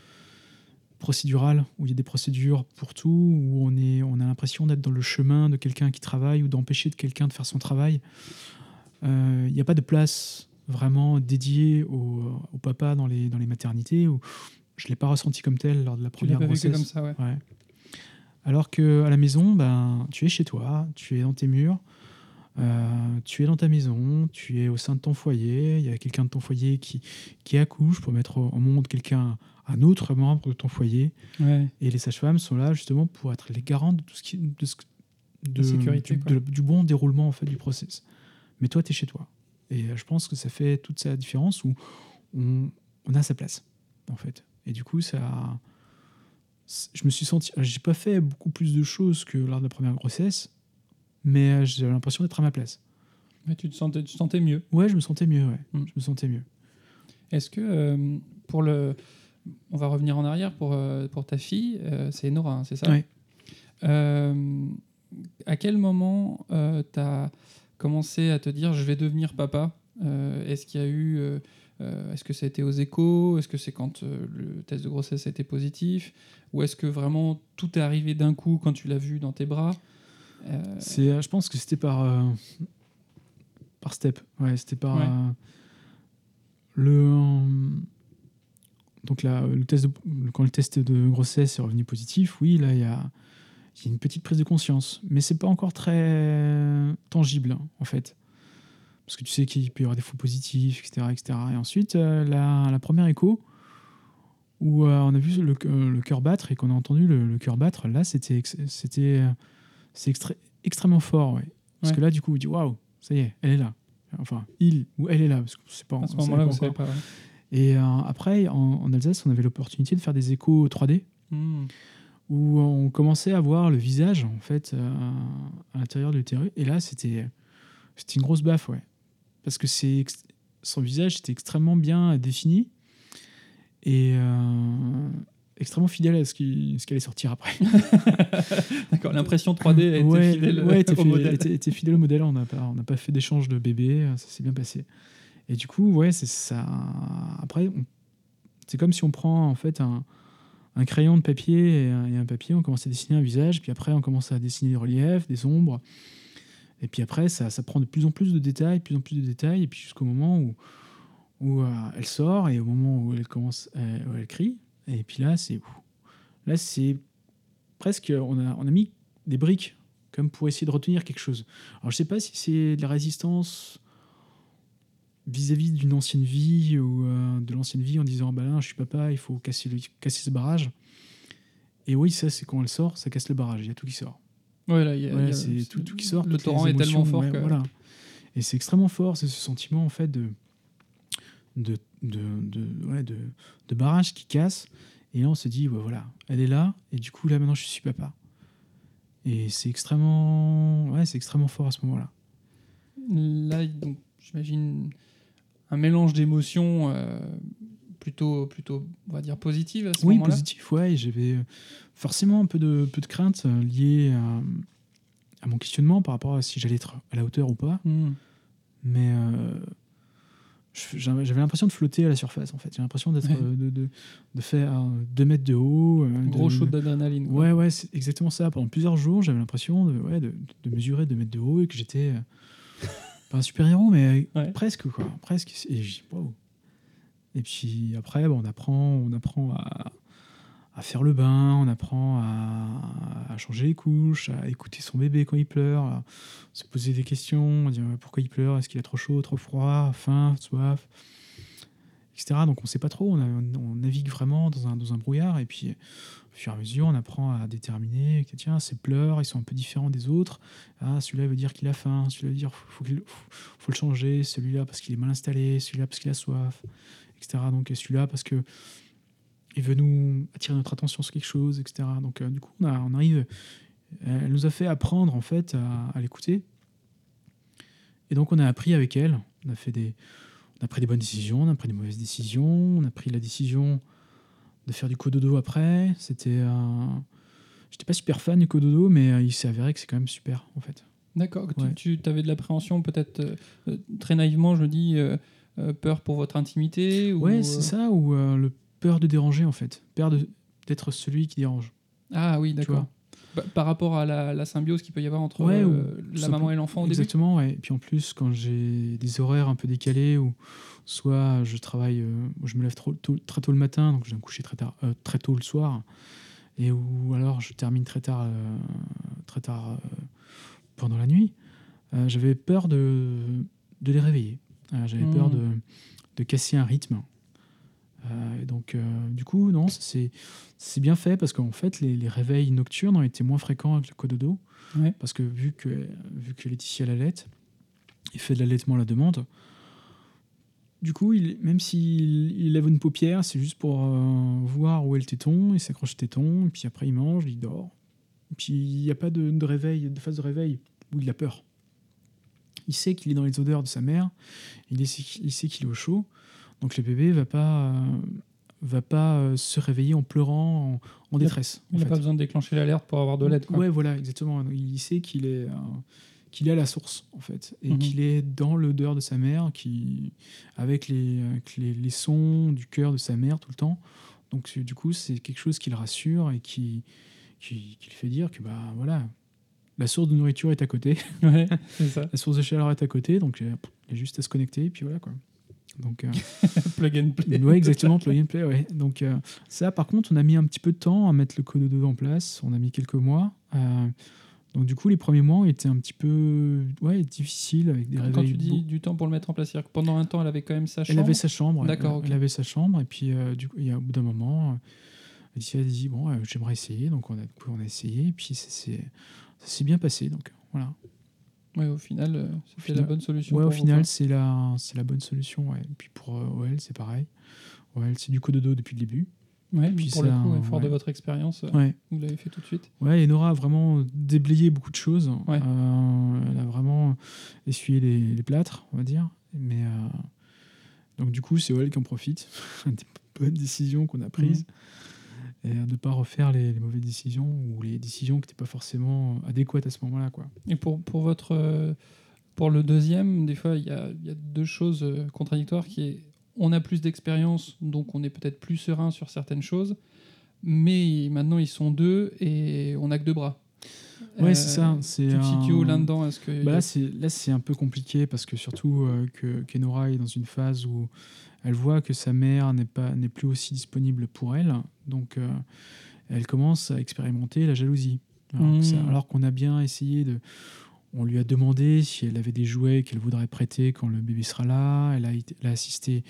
procédural, où il y a des procédures pour tout, où on, est, on a l'impression d'être dans le chemin de quelqu'un qui travaille ou d'empêcher de quelqu'un de faire son travail. Euh, Il n'y a pas de place vraiment dédiée au, au papa dans les, dans les maternités. Où je ne l'ai pas ressenti comme tel lors de la
Tu l'as
première
pas vécu
grossesse.
comme ça, ouais.
Ouais. Alors qu'à la maison, ben, tu es chez toi, tu es dans tes murs, euh, tu es dans ta maison, tu es au sein de ton foyer, il y a quelqu'un de ton foyer qui, qui accouche pour mettre au, au monde quelqu'un, un autre membre de ton foyer.
Ouais.
Et les sages-femmes sont là justement pour être les garants de tout ce qui, de ce, de,
La sécurité,
du,
quoi.
de- du bon déroulement en fait, du process. Mais toi, tu es chez toi. Et euh, je pense que ça fait toute sa différence où on, on a sa place, en fait. Et du coup, ça, je me suis senti. J'ai pas fait beaucoup plus de choses que lors de la première grossesse, mais euh, j'ai l'impression d'être à ma place.
Mais tu te sentais, tu te sentais mieux.
Ouais, je me sentais mieux. Ouais.
Mm.
Je me sentais mieux.
Est-ce que euh, pour le, on va revenir en arrière pour euh, pour ta fille, euh, c'est Nora, hein, c'est ça?
Ouais.
Euh, à quel moment euh, tu as commencé à te dire je vais devenir papa? Euh, Est-ce qu'il y a eu, euh, euh, est-ce que ça a été aux échos? Est-ce que c'est quand euh, le test de grossesse a été positif? Ou est-ce que vraiment tout est arrivé d'un coup quand tu l'as vu dans tes bras? Euh,
C'est, euh, je pense que c'était par euh, par step. Ouais, c'était par
Ouais.
euh, le euh, donc là, le test de- quand le test de grossesse est revenu positif. Oui, là, il y a il y a une petite prise de conscience, mais c'est pas encore très tangible hein, en fait, parce que tu sais qu'il peut y avoir des faux positifs, et cetera, et cetera. Et ensuite, euh, la, la première écho où euh, on a vu le, euh, le cœur battre et qu'on a entendu le, le cœur battre, là, c'était ex- c'était euh, c'est extré- extrêmement fort, ouais. Parce
Ouais.
que là, du coup, on dit waouh, ça y est, elle est là. Enfin, il ou elle est là, parce qu'on sait pas.
à ce
on savait
moment-là,
pas
vous savez
encore.
pas. Ouais.
Et euh, après, en, en Alsace, on avait l'opportunité de faire des échos trois D.
Hmm.
Où on commençait à voir le visage en fait euh, à l'intérieur de l'utérus. Et là, c'était c'était une grosse baffe, ouais, parce que c'est ex- son visage était extrêmement bien défini et euh, extrêmement fidèle à ce qui ce qui allait sortir après.
D'accord, l'impression trois D a été
ouais,
fidèle
ouais, était,
au
fi-
modèle.
était- était fidèle au modèle. On n'a pas on n'a pas fait d'échange de bébé, ça s'est bien passé. Et du coup, ouais, c'est ça. Après, on- c'est comme si on prend en fait un un crayon de papier et un, et un papier, on commence à dessiner un visage, puis après on commence à dessiner des reliefs, des ombres, et puis après ça, ça prend de plus en plus de détails, de plus en plus de détails, et puis jusqu'au moment où, où euh, elle sort, et au moment où elle commence, euh, où elle crie, et puis là c'est là c'est presque, on a, on a mis des briques comme pour essayer de retenir quelque chose. Alors je sais pas si c'est de la résistance vis-à-vis d'une ancienne vie ou euh, de l'ancienne vie en disant bah là je suis papa, il faut casser, le, casser ce barrage. Et oui, ça c'est quand elle sort, ça casse le barrage, il y a tout qui sort.
Ouais, là, il y a,
Ouais,
il y a-
c'est tout, tout qui sort.
Le
toutes les
torrent est tellement
émotions,
fort
ouais,
que.
voilà. Et c'est extrêmement fort, c'est ce sentiment en fait de de de, de, ouais, de, de barrage qui casse. Et là on se dit ouais, voilà, elle est là et du coup là maintenant je suis papa. Et c'est extrêmement ouais, c'est extrêmement fort à ce moment-là.
Là, donc, j'imagine un mélange d'émotions euh, plutôt, plutôt, on va dire, positives à ce
Oui,
moment-là.
positif, ouais. Et j'avais euh, forcément un peu de, peu de crainte euh, liée à, à mon questionnement par rapport à si j'allais être à la hauteur ou pas.
Hmm.
Mais euh, je- j'avais j'avais l'impression de flotter à la surface, en fait. J'ai l'impression d'être,
Ouais.
euh, de, de, de faire euh, deux mètres de haut. euh,
Gros
de,
shoot d'adrénaline. quoi.
Ouais, ouais, c'est exactement ça. Pendant plusieurs jours, j'avais l'impression de, ouais, de, de mesurer deux mètres de haut et que j'étais euh, pas un super-héros, mais
Ouais.
presque, quoi. Presque. Et je dis, wow. Et puis après, bah, on apprend, on apprend à, à faire le bain, on apprend à, à changer les couches, à écouter son bébé quand il pleure, à se poser des questions, à dire ouais, pourquoi il pleure, est-ce qu'il a trop chaud, trop froid, faim, soif, et cetera. Donc on ne sait pas trop, on, a- on navigue vraiment dans un, dans un brouillard, et puis au fur et à mesure, on apprend à déterminer que tiens, ces pleurs, ils sont un peu différents des autres. Ah, celui-là veut dire qu'il a faim, celui-là veut dire faut, qu'il faut, faut le changer, celui-là parce qu'il est mal installé, celui-là parce qu'il a soif, et cetera. Donc celui-là parce que il veut nous attirer notre attention sur quelque chose, et cetera. Donc euh, du coup, on, a, on arrive, elle nous a fait apprendre en fait à, à l'écouter. Et donc on a appris avec elle, on a fait des, on a pris des bonnes décisions, on a pris des mauvaises décisions, on a pris la décision de faire du cododo après. C'était, euh, j'étais pas super fan du cododo, mais euh, il s'est avéré que c'est quand même super en fait.
D'accord.
Ouais.
Tu, tu avais de l'appréhension, peut-être euh, euh, très naïvement, je me dis, euh, euh, peur pour votre intimité ou,
Ouais,
euh,
c'est ça, ou euh, le peur de déranger en fait, peur de, d'être celui qui dérange.
Ah oui, d'accord.
vois.
Bah, par rapport à la, la symbiose qu'il peut y avoir entre
Ouais,
euh,
ou tout
la
simple-
maman et l'enfant au début.
Exactement, ouais. Et puis en plus, quand j'ai des horaires un peu décalés, ou soit je travaille, euh, je me lève trop tôt- très tôt le matin, donc je vais me coucher très, tard, euh, très tôt le soir, et où alors je termine très tard, euh, très tard euh, pendant la nuit, euh, j'avais peur de, de les réveiller. Euh, j'avais
Mmh.
peur de, de casser un rythme. Euh, et donc, euh, du coup, non, c'est, c'est bien fait parce qu'en fait, les, les réveils nocturnes ont été moins fréquents avec le cododo.
Ouais.
Parce que vu que, vu que Laetitia l'allaite, il fait de l'allaitement à la demande. Du coup, il, même s'il il lève une paupière, c'est juste pour euh, voir où est le téton, il s'accroche au téton, et puis après il mange, il dort. Et puis il n'y a pas de, de réveil, de phase de réveil où il a peur. Il sait qu'il est dans les odeurs de sa mère, il sait, il sait qu'il est au chaud, donc le bébé va pas, euh, va pas euh, se réveiller en pleurant, en, en détresse.
Il
en
n'a
fait.
pas besoin de déclencher l'alerte pour avoir de l'aide. Quoi.
Ouais, voilà, exactement. Il sait qu'il est, euh, qu'il est à la source, en fait, et
Mhm.
qu'il est dans l'odeur de sa mère, qui, avec, les, avec les, les sons du cœur de sa mère tout le temps. Donc, du coup, c'est quelque chose qui le rassure et qui, qui, qui le fait dire que, bah, voilà, la source de nourriture est à côté,
Ouais, c'est ça.
la source de chaleur est à côté, donc il y a juste à se connecter, et puis voilà, quoi. Donc, euh,
Plug and play.
ouais, exactement, plug and play, ouais. Donc, euh, ça, par contre, on a mis un petit peu de temps à mettre le cododo en place. On a mis quelques mois. Euh, donc, du coup, les premiers mois étaient un petit peu ouais, difficiles avec des
Quand
réveils.
tu dis
beaux.
du temps pour le mettre en place, c'est-à-dire que pendant un temps, elle avait quand même sa chambre.
Elle avait sa chambre. ouais.
D'accord,
Elle
ok.
avait sa chambre. Et puis, euh, du coup, il y a, au bout d'un moment, Alicia a dit bon, euh, j'aimerais essayer. Donc, on a, on a essayé. Et puis, ça s'est, ça s'est bien passé. Donc, voilà.
Ouais, au final, euh, c'était
final-
la bonne solution.
Ouais,
pour
au
vous,
final,
quoi.
c'est la, c'est la bonne solution. Ouais. Et puis, pour euh, O L, c'est pareil. O L, c'est du cododo depuis le début.
Ouais,
puis
pour
ça,
le coup, ouais, fort de
ouais.
votre expérience, euh,
Ouais.
vous l'avez fait tout de suite.
Ouais, et Nora a vraiment déblayé beaucoup de choses.
Ouais.
Euh, elle a vraiment essuyé les, les plâtres, on va dire. Mais euh, donc du coup, c'est elle qui en profite des bonnes décisions qu'on a prises et de ne pas refaire les, les mauvaises décisions ou les décisions qui n'étaient pas forcément adéquates à ce moment-là, quoi.
Et pour, pour, votre, euh, pour le deuxième, des fois, il y a, il y a deux choses euh, contradictoires qui est on a plus d'expérience, donc on est peut-être plus serein sur certaines choses, mais maintenant ils sont deux et on n'a que deux bras.
Ouais, c'est ça, c'est
Tu te
un-
situes où là-dedans? Est-ce que il y
Bah
a-
là, c'est, là, c'est un peu compliqué parce que surtout euh, que qu'Enora est dans une phase où elle voit que sa mère n'est, pas, n'est plus aussi disponible pour elle. Donc, euh, elle commence à expérimenter la jalousie. Alors,
Mmh.
que ça- alors qu'on a bien essayé de... On lui a demandé si elle avait des jouets qu'elle voudrait prêter quand le bébé sera là. Elle a, été- elle a assisté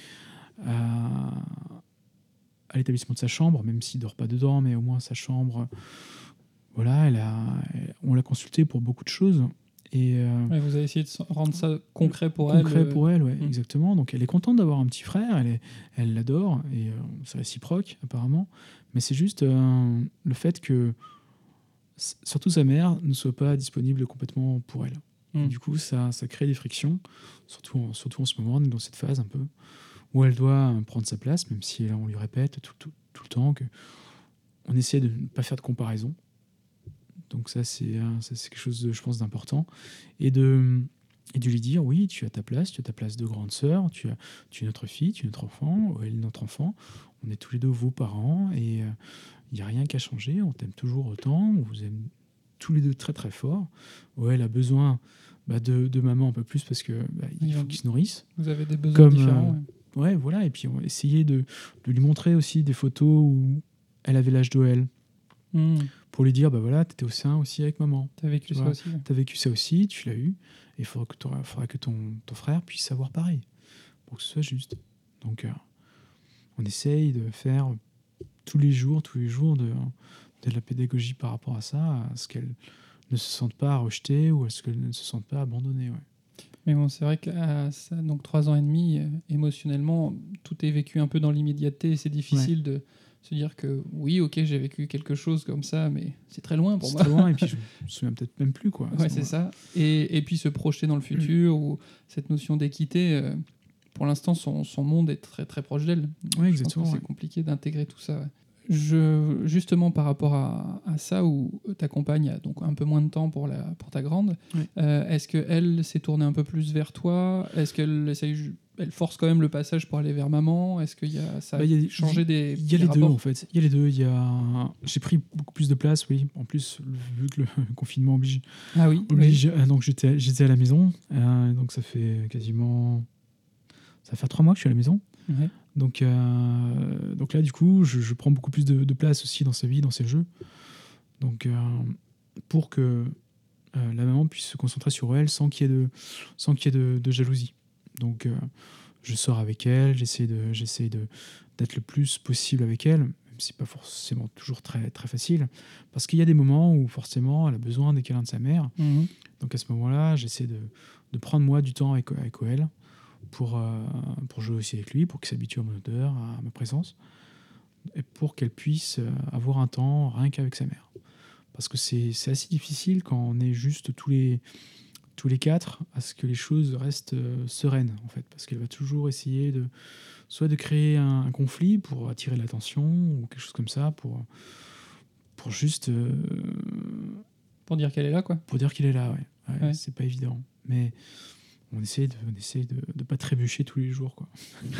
à, à l'établissement de sa chambre, même s'il ne dort pas dedans, mais au moins sa chambre... Voilà, elle a, on l'a consultée pour beaucoup de choses. Et, euh,
Ouais, vous avez essayé de s- rendre ça concret pour
concret
elle. euh,
pour elle, ouais,
hmm.
exactement. Donc elle est contente d'avoir un petit frère, elle, est, elle l'adore, et euh, c'est réciproque apparemment. Mais c'est juste euh, le fait que s- surtout sa mère ne soit pas disponible complètement pour elle.
Hmm.
Et du coup, ça, ça crée des frictions, surtout en, surtout en ce moment, on est dans cette phase un peu où elle doit prendre sa place, même si on lui répète tout, tout, tout le temps que on essaie de ne pas faire de comparaison. Donc ça, c'est, euh, ça, c'est quelque chose, de, je pense, d'important. Et de, et de lui dire, oui, tu as ta place, tu as ta place de grande sœur, tu, as, tu es notre fille, tu es notre enfant, elle est notre enfant, on est tous les deux vos parents, et il euh, n'y a rien qu'à changer, on t'aime toujours autant, on vous aime tous les deux très très fort. Ouais, elle a besoin bah, de, de maman un peu plus parce que bah, il faut qu'il se nourrisse.
Vous avez des besoins
Comme,
différents.
euh,
ouais.
Ouais, voilà, et puis on va essayer de, de lui montrer aussi des photos où elle avait l'âge d'O L,
Hmm.
pour lui dire, bah voilà, t'étais au sein aussi avec maman.
T'as vécu
Tu
ça
vois,
aussi. ouais.
T'as vécu ça aussi, tu l'as eu, et il faudra que, t'auras- faudra que ton, ton frère puisse savoir pareil, pour que ce soit juste. Donc, euh, on essaye de faire tous les jours, tous les jours de, de la pédagogie par rapport à ça, à ce qu'elle ne se sente pas rejetée ou à ce qu'elle ne se sente pas abandonnée. Ouais.
Mais bon, c'est vrai qu'à ça, donc trois ans et demi, euh, émotionnellement, tout est vécu un peu dans l'immédiateté et c'est difficile de se dire que oui, ok, j'ai vécu quelque chose comme ça, mais c'est très loin pour
C'est
moi.
très loin, et puis je me souviens peut-être même plus. Quoi, à
Ouais,
ce
c'est
moment-là.
ça. Et, et puis se projeter dans le futur ou cette notion d'équité, euh, pour l'instant, son, son monde est très très proche d'elle. Donc,
Ouais,
je
exactement,
pense que
ouais.
c'est compliqué d'intégrer tout ça. ouais. Je, justement, par rapport à, à ça, où ta compagne a donc un peu moins de temps pour, la, pour ta grande,
Ouais.
euh, est-ce qu'elle s'est tournée un peu plus vers toi? Est-ce qu'elle essaye, ju- elle force quand même le passage pour aller vers maman? Est-ce qu'il y a, ça a
Bah, il y a-
changé des
Il y a
des
les deux
rapports
en fait. Il y a les deux. Il y a... J'ai pris beaucoup plus de place, oui. En plus, vu que le confinement oblige,
Ah oui, oui.
oblige euh, donc j'étais, j'étais à la maison. Euh, donc ça fait quasiment, ça fait trois mois que je suis à la maison.
Ouais.
Donc, euh, donc là, du coup, je, je prends beaucoup plus de, de place aussi dans sa vie, dans ses jeux. Donc, euh, pour que euh, la maman puisse se concentrer sur elle sans qu'il y ait de, sans qu'il y ait de, de jalousie. Donc, euh, je sors avec elle, j'essaie de, j'essaie de, d'être le plus possible avec elle, même si c'est pas forcément toujours très, très facile, parce qu'il y a des moments où forcément elle a besoin des câlins de sa mère.
Mhm.
Donc à ce moment-là, j'essaie de, de prendre moi du temps avec, avec Oel pour, euh, pour jouer aussi avec lui, pour qu'il s'habitue à mon odeur, à ma présence, et pour qu'elle puisse euh, avoir un temps rien qu'avec sa mère. Parce que c'est, c'est assez difficile quand on est juste tous les, tous les quatre à ce que les choses restent euh, sereines, en fait, parce qu'elle va toujours essayer de soit de créer un, un conflit pour attirer l'attention ou quelque chose comme ça, pour, pour juste euh,
Pour dire qu'elle est là, quoi.
pour dire qu'il est là, ouais. Ouais,
Ouais.
c'est pas évident, mais on essaie de, on essaie de, de pas trébucher tous les jours, quoi.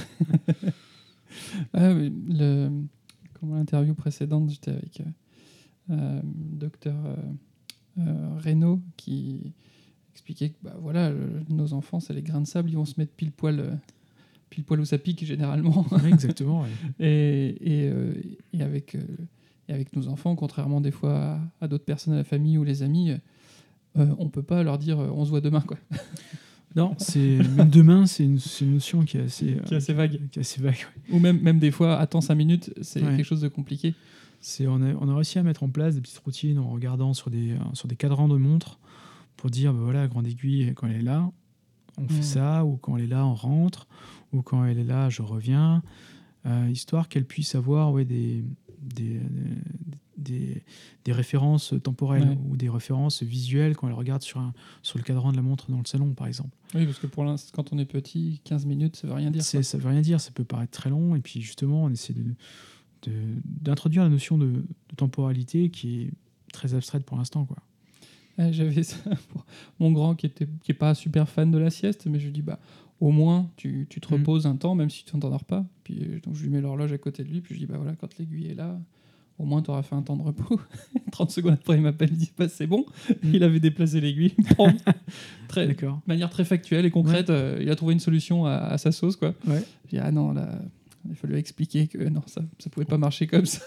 Ah, oui, le, comme l'interview précédente, j'étais avec euh, euh, docteur euh, euh, Reynaud qui expliquait que bah, voilà, le- nos enfants, c'est les grains de sable, ils vont se mettre pile poil, euh, pile poil où ça pique généralement.
Ouais, exactement. Ouais.
et, et, euh, et avec, euh, et avec nos enfants, contrairement des fois à, à d'autres personnes à la famille ou les amis, euh, on peut pas leur dire euh, on se voit demain, quoi.
Non, c'est même demain, c'est une, c'est une notion qui est assez,
Qui est assez vague.
qui est assez vague. Ouais.
Ou même, même des fois, attends cinq minutes, c'est
Ouais.
quelque chose de compliqué.
C'est, on, a, on a réussi à mettre en place des petites routines en regardant sur des, euh, sur des cadrans de montres pour dire, bah voilà, grande aiguille, quand elle est là, on fait
Mm.
ça, ou quand elle est là, on rentre, ou quand elle est là, je reviens, euh, histoire qu'elle puisse avoir ouais, des, des, des, des références temporelles
Ouais.
ou des références visuelles quand elle regarde sur, un, sur le cadran de la montre dans le salon, par exemple.
Oui, parce que pour l'instant, quand on est petit, quinze minutes, ça veut rien dire.
C'est,
quoi.
ça veut rien dire, ça peut paraître très long, et puis justement, on essaie de, de, d'introduire la notion de, de temporalité qui est très abstraite pour l'instant, quoi.
Ouais, j'avais ça pour mon grand qui était qui est pas super fan de la sieste, mais je lui dis bah au moins tu, tu te
Mm.
reposes un temps même si tu t'endors pas. Puis euh, donc je lui mets l'horloge à côté de lui, puis je dis bah voilà, quand l'aiguille est là, au moins tu auras fait un temps de repos. trente secondes après, il m'appelle, il dit bah c'est bon,
Mm.
il avait déplacé l'aiguille. Bon, très, de
D'accord.
manière très factuelle et concrète, euh, il a trouvé une solution à, à sa sauce quoi.
Ouais.
Je dis ah non là, il fallu expliquer que non ça ça pouvait pas marcher comme ça.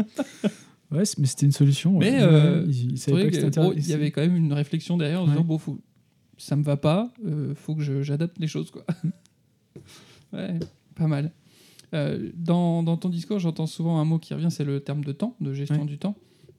Ouais, c'est- mais c'était une solution.
Mais,
ouais.
euh,
Ouais, il, il
C'est
savait
vrai
pas que
que,
c'était
bon,
interdit.
il y avait quand même une réflexion derrière en se
Ouais.
disant bon, faut, ça me va pas, euh, faut que je- j'adapte les choses quoi. Ouais, pas mal. Euh, dans, dans ton discours, j'entends souvent un mot qui revient, c'est le terme de temps, de gestion
Ouais.
du temps.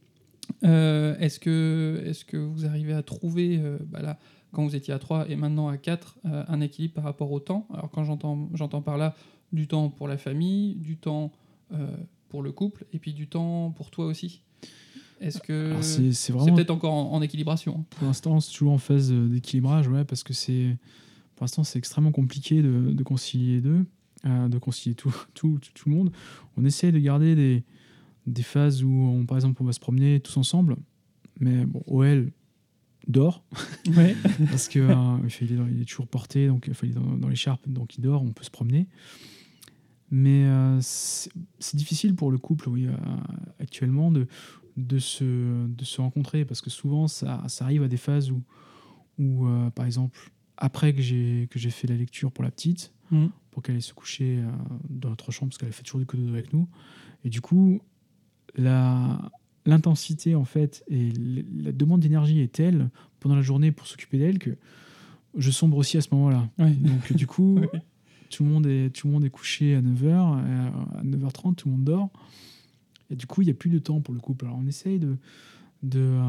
Euh, est-ce que, est-ce que vous arrivez à trouver, euh, bah là, quand vous étiez à trois et maintenant à quatre, euh, un équilibre par rapport au temps? Alors quand j'entends, j'entends par là du temps pour la famille, du temps euh, pour le couple, et puis du temps pour toi aussi. Est-ce que
Alors, c'est, c'est
c'est
vraiment,
peut-être encore en, en équilibration?
pour l'instant, c'est toujours en phase de- d'équilibrage, ouais, parce que c'est, pour l'instant, c'est extrêmement compliqué de, de concilier les deux, euh, de concilier tout, tout, tout, tout le monde. On essaie de garder des, des phases où, on, par exemple, on va se promener tous ensemble, mais bon, O L dort,
Ouais.
parce que euh, il, fait- il est dans- il est toujours porté, donc enfin, il est dans, dans l'écharpe, donc il dort, on peut se promener. Mais euh, c'est, c'est difficile pour le couple, oui, euh, actuellement, de, de, se, de se rencontrer, parce que souvent, ça, ça arrive à des phases où, où euh, par exemple, après que j'ai, que j'ai fait la lecture pour la petite,
Mhm.
pour qu'elle aille se coucher euh, dans notre chambre, parce qu'elle a fait toujours du cododo avec nous, et du coup, la, l'intensité, en fait, et l- la demande d'énergie est telle pendant la journée pour s'occuper d'elle que je sombre aussi à ce moment-là.
Ouais.
Donc, du coup,
Ouais.
tout, le monde est, tout le monde est couché à neuf heures, à neuf heures trente, tout le monde dort. Et du coup, il n'y a plus de temps pour le couple. Alors, on essaye de, de, euh,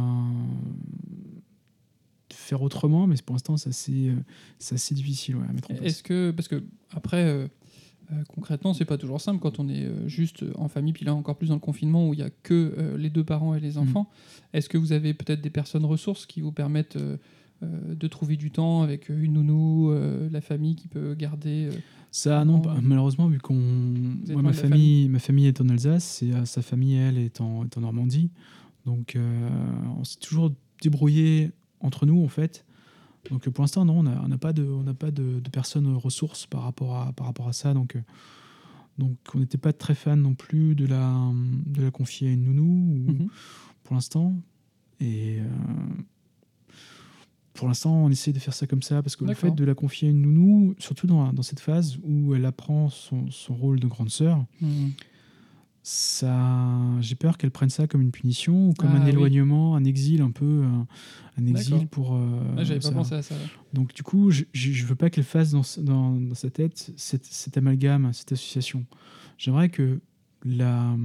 de faire autrement, mais pour l'instant, c'est assez, euh, c'est assez difficile ouais, à mettre en place.
Est-ce que, parce que après, euh, euh, concrètement, c'est pas toujours simple quand on est euh, juste en famille, puis là encore plus dans le confinement où il y a que euh, les deux parents et les enfants. Est-ce que vous avez peut-être des personnes ressources qui vous permettent euh, euh, de trouver du temps avec une nounou, euh, la famille qui peut garder euh,
Ça, non,
Oh.
pas- malheureusement, vu qu'on.
êtes
Moi,
loin
ma
de la
famille, ma famille est en Alsace et euh, sa famille, elle, est en, est en Normandie. Donc, euh, on s'est toujours débrouillé entre nous, en fait. Donc, euh, pour l'instant, non, on n'a on n'a pas, de, on n'a pas de, de personnes ressources par rapport à, par rapport à ça. Donc, euh, donc on n'était pas très fan non plus de la, de la confier à une nounou, ou-
Mhm.
pour l'instant. Et. euh, pour l'instant, on essaie de faire ça comme ça, parce que le
D'accord.
fait de la confier à une nounou, surtout dans, dans cette phase où elle apprend son, son rôle de grande sœur,
Mmh.
ça, j'ai peur qu'elle prenne ça comme une punition ou comme
Ah
un
oui.
éloignement, un exil un peu, un, un exil
D'accord.
pour. euh,
Ah, j'avais pas
ça.
pensé à ça. Ouais.
Donc du coup, je, je, je veux pas qu'elle fasse dans, s- dans, dans sa tête cette, cet amalgame, cette association. J'aimerais que la,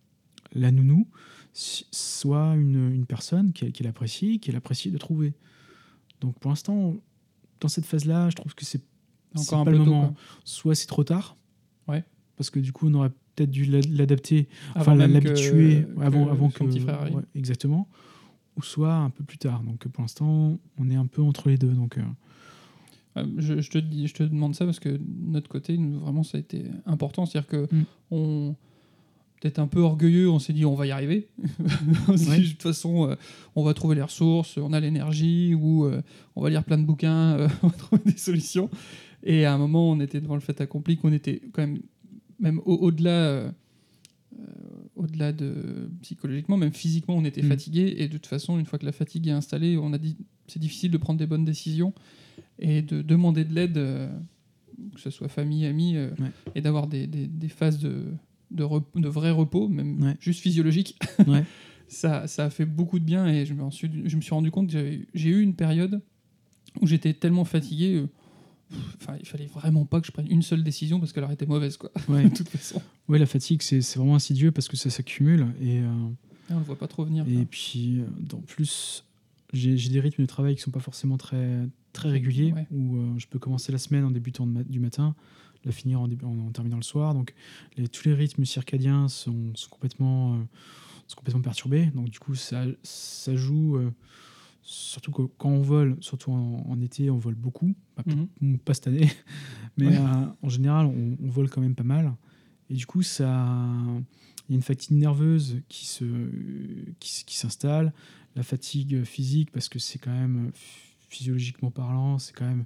la nounou si- soit une, une personne qu'elle qu'elle apprécie, qu'elle apprécie de trouver. Donc pour l'instant, dans cette phase-là, je trouve que c'est
Encore
c'est
un
pas
peu
le
tôt,
moment.
quoi.
Soit c'est trop tard,
Ouais.
parce que du coup, on aurait peut-être dû l'a- l'adapter,
Avant
enfin
même
l'habituer
que-
avant,
que
avant
son
que.
petit frère arrive.
Ouais, exactement. Ou soit un peu plus tard. Donc pour l'instant, on est un peu entre les deux. Donc, euh,
Euh, Je, je te dis, je te demande ça parce que de notre côté, nous, vraiment, ça a été important. C'est-à-dire que
Mm.
on, peut-être un peu orgueilleux, on s'est dit on va y arriver. On s'est dit,
Ouais.
de toute façon, euh, on va trouver les ressources, on a l'énergie, ou euh, on va lire plein de bouquins, euh, on va trouver des solutions. Et à un moment, on était devant le fait accompli, qu'on était quand même, même au- au-delà, euh, euh, au-delà de psychologiquement, même physiquement, on était
Mm.
fatigué. Et de toute façon, une fois que la fatigue est installée, on a dit c'est difficile de prendre des bonnes décisions et de demander de l'aide, euh, que ce soit famille, amis, euh,
Ouais.
et d'avoir des, des- des phases de, de, rep- de vrai repos, même
Ouais.
juste physiologique.
Ouais.
ça, ça a fait beaucoup de bien et je me suis, je me suis rendu compte que j'avais- j'ai eu une période où j'étais tellement fatigué. euh, Enfin, il fallait vraiment pas que je prenne une seule décision parce qu'elle aurait été mauvaise, quoi.
Ouais.
De toute façon.
Ouais, la fatigue, c'est c'est vraiment insidieux parce que ça s'accumule. Et, euh,
Et on le voit pas trop venir.
et
quoi.
puis, euh, en plus, j'ai j'ai des rythmes de travail qui sont pas forcément très, très réguliers,
Ouais.
où euh, je peux commencer la semaine en débutant de ma- du matin, la finir en, début- en, en terminant le soir. Donc, les, tous les rythmes circadiens sont, sont, complètement, euh, sont complètement perturbés. Donc, du coup, ça, ça joue. euh, Surtout que quand on vole, surtout en, en été, on vole beaucoup. Bah, p-
Mhm.
Pas cette année, mais
Ouais.
euh, en général, on, on vole quand même pas mal. Et du coup, ça, il y a une fatigue nerveuse qui se, qui, s- qui s'installe, la fatigue physique parce que c'est quand même physiologiquement parlant, c'est quand même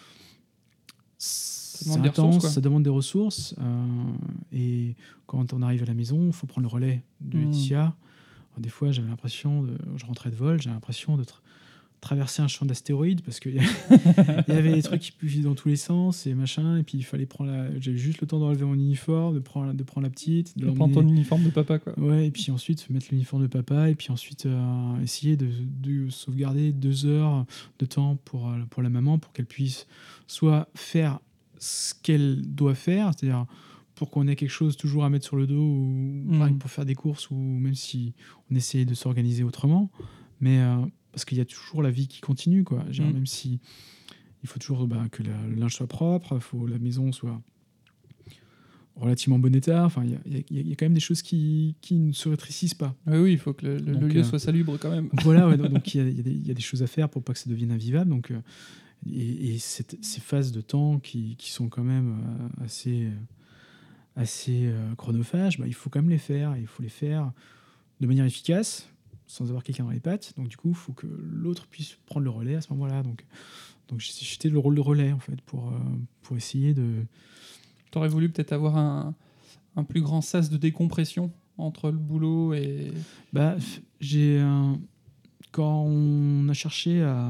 c'est
demande des
intense,
ressources, quoi.
ça demande des ressources. euh, et quand on arrive à la maison, il faut prendre le relais de
Mhm.
Laetitia. Alors, des fois, j'avais l'impression de, je rentrais de vol, j'avais l'impression de tra- traverser un champ d'astéroïdes parce qu'il y, a- il y avait des trucs qui pouvaient dans tous les sens et machin. Et puis il fallait prendre la, j'avais juste le temps d'enlever mon uniforme, de prendre, de prendre la petite, de
De prendre
l'emmener.
ton uniforme de papa, quoi.
Ouais, et puis ensuite mettre l'uniforme de papa, et puis ensuite euh, essayer de, de sauvegarder deux heures de temps pour, euh, pour la maman, pour qu'elle puisse soit faire ce qu'elle doit faire, c'est-à-dire pour qu'on ait quelque chose toujours à mettre sur le dos, ou
Mm.
pareil, pour faire des courses, ou même si on essayait de s'organiser autrement, mais euh, parce qu'il y a toujours la vie qui continue, quoi. Je veux dire,
Mm.
même si il faut toujours bah, que la- le linge soit propre, il faut que la maison soit relativement bon état. Enfin, il y a, il y a- il y a quand même des choses qui, qui ne se rétrécissent pas.
Oui, oui, il faut que le, le-
Donc,
le lieu
euh,
soit salubre quand même.
Voilà, ouais, donc- donc il y, a- il y a des- il y a des choses à faire pour pas que ça devienne invivable. Donc, euh, et et cette- ces phases de temps qui, qui sont quand même euh, assez, assez euh, chronophages, bah, il faut quand même les faire. Et il faut les faire de manière efficace, sans avoir quelqu'un dans les pattes. Donc du coup, il faut que l'autre puisse prendre le relais à ce moment-là. Donc, donc j'étais le rôle de relais en fait pour, euh, pour essayer de.
T'aurais voulu peut-être avoir un, un plus grand sas de décompression entre le boulot et...
Bah, f- j'ai un- quand on a cherché à,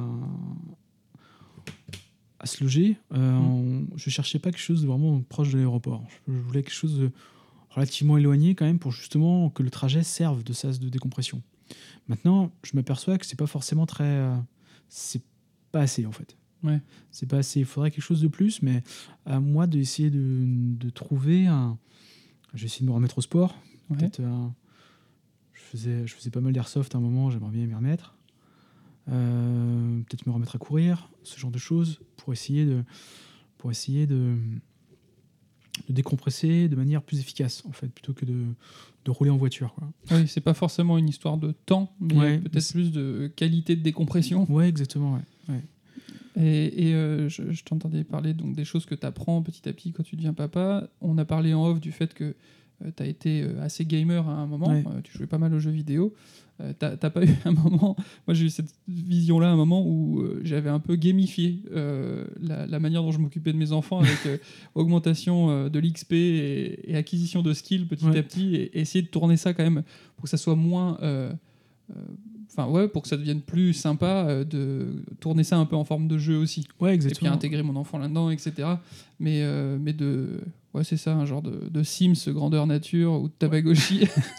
à se loger, euh, on- je cherchais pas quelque chose de vraiment proche de l'aéroport. Je, je voulais quelque chose de relativement éloigné quand même pour justement que le trajet serve de sas de décompression. Maintenant, je m'aperçois que c'est pas forcément très, euh, c'est pas assez en fait.
Ouais.
C'est pas assez. Il faudrait quelque chose de plus, mais à moi d'essayer de, de trouver un. Je vais essayer de me remettre au sport.
Ouais.
Peut-être. euh, je faisais, je faisais pas mal d'airsoft à un moment. J'aimerais bien m'y remettre. Euh, peut-être me remettre à courir, ce genre de choses, pour essayer de, pour essayer de, de décompresser de manière plus efficace en fait, plutôt que de, de rouler en voiture, quoi.
Oui, c'est pas forcément une histoire de temps, mais
Ouais,
peut-être
c'est-
plus de qualité de décompression.
Ouais, exactement. Ouais. Ouais.
Et, et, euh, je, je t'entendais parler donc des choses que tu apprends petit à petit quand tu deviens papa. On a parlé en off du fait que tu as été euh, assez gamer à un moment.
Ouais.
Euh, tu jouais pas mal aux jeux vidéo. Euh, t'as t'as pas eu un moment... Moi, j'ai eu cette vision-là, un moment où euh, j'avais un peu gamifié euh, la, la manière dont je m'occupais de mes enfants avec euh, augmentation euh, de l'X P et, et acquisition de skills petit
Ouais.
à petit, et, et essayer de tourner ça quand même pour que ça soit moins... euh, euh, enfin ouais, pour que ça devienne plus sympa, euh, de tourner ça un peu en forme de jeu aussi.
Ouais,
Et puis
exactement.
intégrer mon enfant là-dedans, et cetera. Mais, euh, mais de. Ouais, c'est ça, un genre de, de Sims grandeur nature ou de Tamagotchi.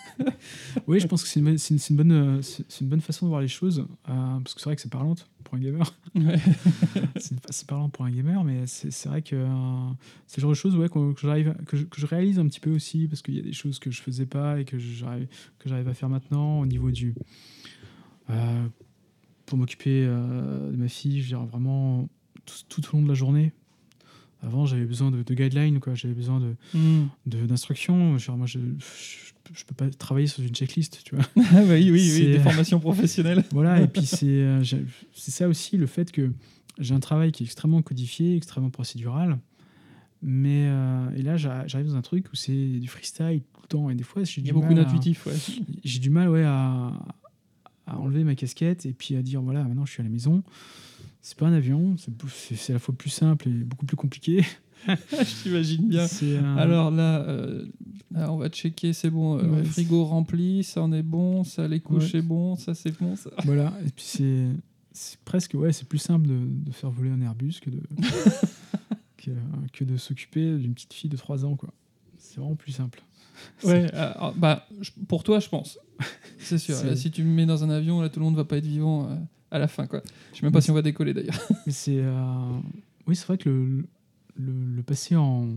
Oui, je pense que c'est une, c'est une, c'est une bonne, euh, c'est c'est une bonne façon de voir les choses. euh, parce que c'est vrai que c'est parlante pour un gamer.
Ouais.
c'est, une- c'est parlant pour un gamer, mais c'est, c'est vrai que euh, c'est le genre de choses ouais, que, que, j'arrive, à- que, je, que je réalise un petit peu aussi, parce qu'il y a des choses que je faisais pas et que j'arrive, que j'arrive à faire maintenant au niveau du. euh, pour m'occuper euh, de ma fille, je veux dire, vraiment tout, tout au long de la journée. Avant, j'avais besoin de, de guidelines, quoi. J'avais besoin de,
Mm.
de, d'instructions. Genre, moi, je, je, je peux pas travailler sur une checklist, tu vois.
Ah bah oui, oui, oui,
C'est-
des formations professionnelles.
Voilà, et puis c'est, euh, j'ai- c'est ça aussi, le fait que j'ai un travail qui est extrêmement codifié, extrêmement procédural. Mais euh, et là, j'a- j'arrive dans un truc où c'est du freestyle tout le temps. Et des fois, j'ai
Il
du
y a beaucoup
mal à-
d'intuitifs, ouais.
j'ai du mal ouais, à, à enlever ma casquette et puis à dire voilà, maintenant je suis à la maison. C'est pas un avion, c'est, c'est, c'est à la fois plus simple et beaucoup plus compliqué.
Je t'imagine bien.
C'est, euh,
Alors là, euh, là, on va checker, c'est bon, euh,
Ouais,
frigo rempli, ça en est bon, ça les couches
Ouais.
c'est bon, ça c'est bon. Ça.
Voilà, et puis c'est, c'est presque ouais, c'est plus simple de, de faire voler un Airbus que de, que, que de s'occuper d'une petite fille de trois ans, quoi. C'est vraiment plus simple.
Ouais, euh, alors, bah, je- pour toi, je pense. C'est sûr.
C'est-
Là, si tu me mets dans un avion, là, tout le monde va pas être vivant euh, à la fin, quoi. Je sais même pas
Mais
si on va décoller d'ailleurs.
Mais c'est, euh, oui, c'est vrai que le, le, le passer en,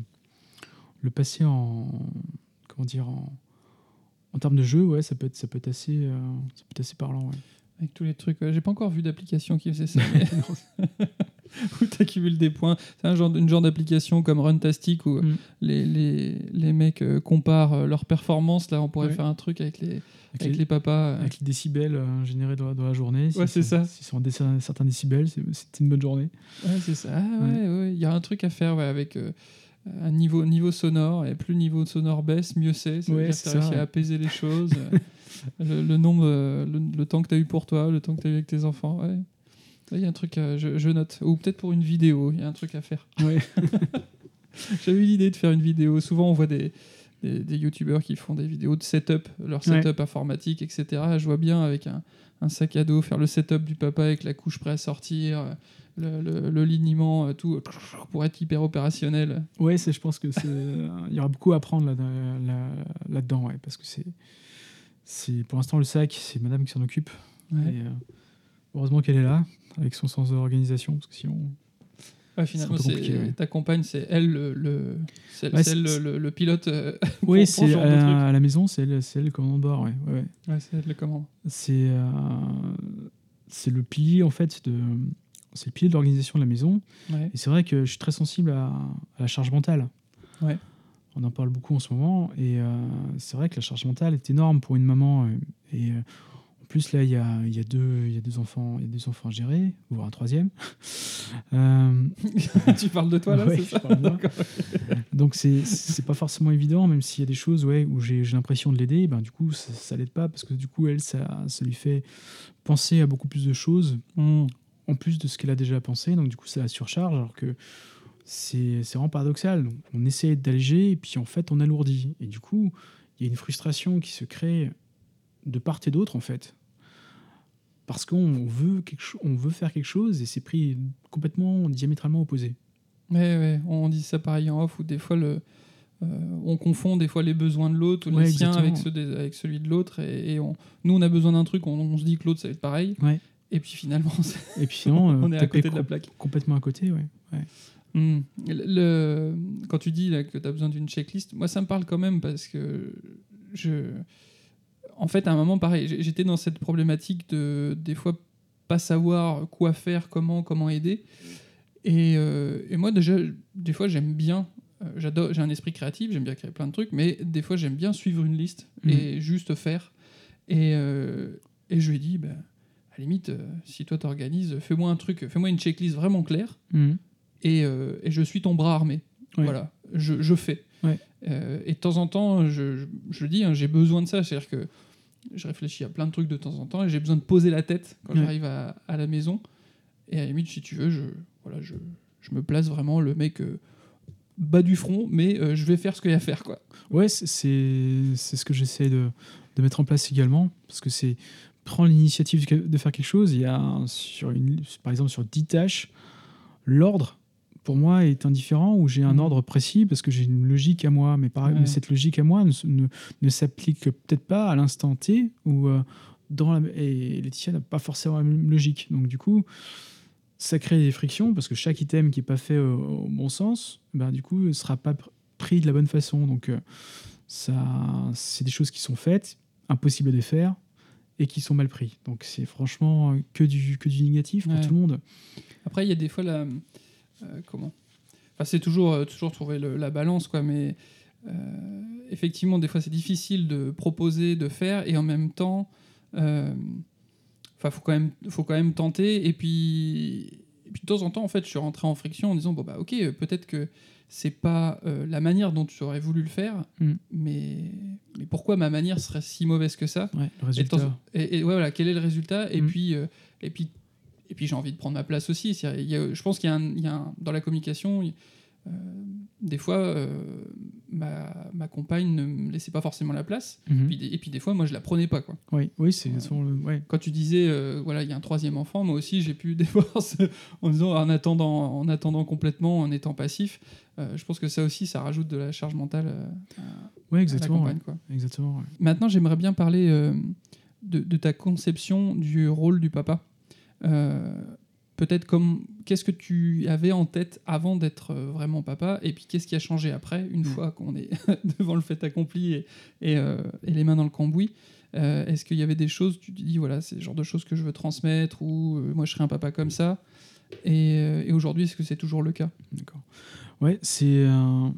le passer en, comment dire, en, en termes de jeu, ouais, ça peut être, ça peut être assez, euh, ça peut être assez parlant, ouais.
Avec tous les trucs. ouais. J'ai pas encore vu d'application qui faisait ça. mais- où tu accumules des points. C'est un genre, une genre d'application comme Runtastic où
Mm.
les, les, les mecs euh, comparent euh, leurs performances. Là, on pourrait
Ouais.
faire un truc avec les,
Avec,
avec
les,
les papas. euh.
avec les décibels euh, générés dans, la- dans la journée.
Ouais, c'est ça.
S'ils sont en déc- certains décibels, c'est, c'est une bonne journée.
Ouais, c'est ça. Ah, ouais, ouais. Il y a un truc à faire ouais, avec euh, un niveau, niveau sonore. Et plus le niveau sonore baisse, mieux c'est. Ça veut
Ouais,
dire que
c'est
t'as
ça,
réussi
ouais.
à apaiser les choses. euh, le, le nombre, euh, le, le temps que tu as eu pour toi, le temps que tu as eu avec tes enfants. Ouais. Là, il y a un truc, à, je, je note. Ou peut-être pour une vidéo, il y a un truc à faire.
Ouais.
J'avais eu l'idée de faire une vidéo. Souvent, on voit des, des, des youtubeurs qui font des vidéos de setup, leur
Ouais.
setup informatique, et cetera. Je vois bien avec un, un sac à dos faire le setup du papa avec la couche prête à sortir, euh, le, le, le lignement, euh, tout, pour être hyper opérationnel.
Ouais, c'est, je pense que c'est, il y aura beaucoup à apprendre là, là, là-dedans, ouais, parce que c'est, c'est, pour l'instant, le sac, c'est madame qui s'en occupe.
Ouais.
Et, euh, heureusement qu'elle est là, avec son sens d'organisation, parce que sinon.
Ouais, finalement,
C'est un peu compliqué,
c'est-
ouais.
ta compagne, c'est elle le, le, c'est,
Ouais,
c'est elle
c'est-
le, le- le pilote. euh, pour-
Oui,
pour ce
c'est
genre
à,
de truc.
à la maison, c'est elle, c'est elle le commandant de bord, ouais. ouais, ouais.
Ouais, c'est elle le commande.
C'est, euh, c'est le pilier, en fait, de, c'est le pilier de l'organisation de la maison.
Ouais.
Et c'est vrai que je suis très sensible à, à la charge mentale.
Ouais.
On en parle beaucoup en ce moment, et euh, c'est vrai que la charge mentale est énorme pour une maman. euh, Et euh, en plus, là, il y a, il y a deux, il y a deux enfants, il y a deux enfants à gérer, voire un troisième. Euh,
Tu parles de toi là,
ouais,
c'est
je
ça
parle de moi.
D'accord.
Donc c'est c'est pas forcément évident, même s'il y a des choses ouais, où j'ai j'ai l'impression de l'aider, ben du coup ça, ça l'aide pas parce que du coup elle ça, ça lui fait penser à beaucoup plus de choses
Mm.
en plus de ce qu'elle a déjà pensé, donc du coup ça la surcharge alors que c'est c'est vraiment paradoxal. Donc, on essaie d'alléger et puis en fait on alourdit et du coup il y a une frustration qui se crée de part et d'autre en fait. Parce qu'on veut, quelque cho- on veut faire quelque chose et c'est pris complètement diamétralement opposé.
Ouais, ouais, on dit ça pareil en off, où des fois le, euh, on confond des fois les besoins de l'autre ou
Ouais,
les siens
exactement.
avec, ceux des- avec celui de l'autre. Et, et on, nous, on a besoin d'un truc, on, on se dit que l'autre, ça va être pareil.
Ouais.
Et puis finalement, c'est-
Et puis sinon, euh,
on est à
taper
côté de la
com-
plaque.
complètement à côté, ouais. ouais.
Hmm. Le, le- quand tu dis là, que tu as besoin d'une checklist, moi, ça me parle quand même parce que je. En fait, à un moment, pareil, j'ai- j'étais dans cette problématique de, des fois, pas savoir quoi faire, comment, comment aider. Et, euh, et moi, déjà, des fois, j'aime bien, euh, j'adore, j'ai un esprit créatif, j'aime bien créer plein de trucs, mais des fois, j'aime bien suivre une liste
Mhm.
et juste faire. Et, euh, et je lui ai dit, bah, à la limite, euh, si toi t'organises, fais-moi un truc, fais-moi une checklist vraiment claire
Mhm.
et, euh, et je suis ton bras armé.
Ouais.
Voilà, je, je fais.
Ouais.
Euh, et de temps en temps, je, je, je le dis, hein, j'ai besoin de ça, c'est-à-dire que je réfléchis à plein de trucs de temps en temps et j'ai besoin de poser la tête quand
Ouais.
j'arrive à, à la maison. Et à la limite, si tu veux, je, voilà, je, je me place vraiment le mec euh, bas du front, mais euh, je vais faire ce qu'il y a à faire, quoi.
Ouais, c'est- c'est c'est ce que j'essaie de, de mettre en place également, parce que c'est prend l'initiative de, de faire quelque chose, il y a un- sur une, par exemple sur dix tâches, l'ordre pour moi est indifférent, où j'ai un
Mhm.
ordre précis parce que j'ai une logique à moi, mais, pareil,
Ouais.
mais cette logique à moi ne, s- ne, ne s'applique peut-être pas à l'instant T, où euh, dans la, et Laetitia n'a pas forcément la même logique. Donc du coup, ça crée des frictions parce que chaque item qui n'est pas fait au, au bon sens, ben, du coup, ne sera pas pr- pris de la bonne façon. Donc euh, ça, c'est des choses qui sont faites, impossibles à défaire, et qui sont mal pris. Donc c'est franchement euh, que du, que du négatif pour
Ouais.
tout le monde.
Après, il y a des fois la. euh, comment Enfin, c'est toujours, euh, toujours trouver le- la balance, quoi, mais euh, effectivement, des fois, c'est difficile de proposer, de faire, et en même temps, euh, enfin, faut quand même, faut quand même tenter. Et puis, et puis, de temps en temps, en fait, je suis rentré en friction en disant, bon, bah, ok, euh, peut-être que c'est pas euh, la manière dont tu aurais voulu le faire,
Mm.
mais, mais pourquoi ma manière serait si mauvaise que ça?
Ouais, le
Et, de
résultat.
temps- et- et ouais, voilà, quel est le résultat? Et
Mm.
puis, euh, et puis, et puis j'ai envie de prendre ma place aussi. C'est-à-dire, il y a- je pense qu'il y a, un, il y a un- dans la communication, il- euh, des fois, euh, ma, ma compagne ne me laissait pas forcément la place.
Mhm.
Et, puis, des- et puis des fois, moi, je la prenais pas, quoi.
Oui, oui, c'est
Ouais.
souvent le- ouais.
Quand tu disais, euh, voilà, il y a un troisième enfant, moi aussi, j'ai pu des fois, se- en disant, en attendant, en attendant complètement, en étant passif. Euh, je pense que ça aussi, ça rajoute de la charge mentale euh, à,
Ouais,
à la
exactement.
compagne,
ouais.
quoi.
Exactement. ouais.
Maintenant, j'aimerais bien parler euh, de, de ta conception du rôle du papa. Euh, Peut-être comme qu'est-ce que tu avais en tête avant d'être euh, vraiment papa, et puis qu'est-ce qui a changé après, une
Mm.
fois qu'on est devant le fait accompli et, et, euh, et les mains dans le cambouis. Euh, Est-ce qu'il y avait des choses, tu te dis, voilà, c'est le genre de choses que je veux transmettre, ou euh, moi je serais un papa comme ça, et, euh, et aujourd'hui, est-ce que c'est toujours le cas?
D'accord. Ouais, c'est un-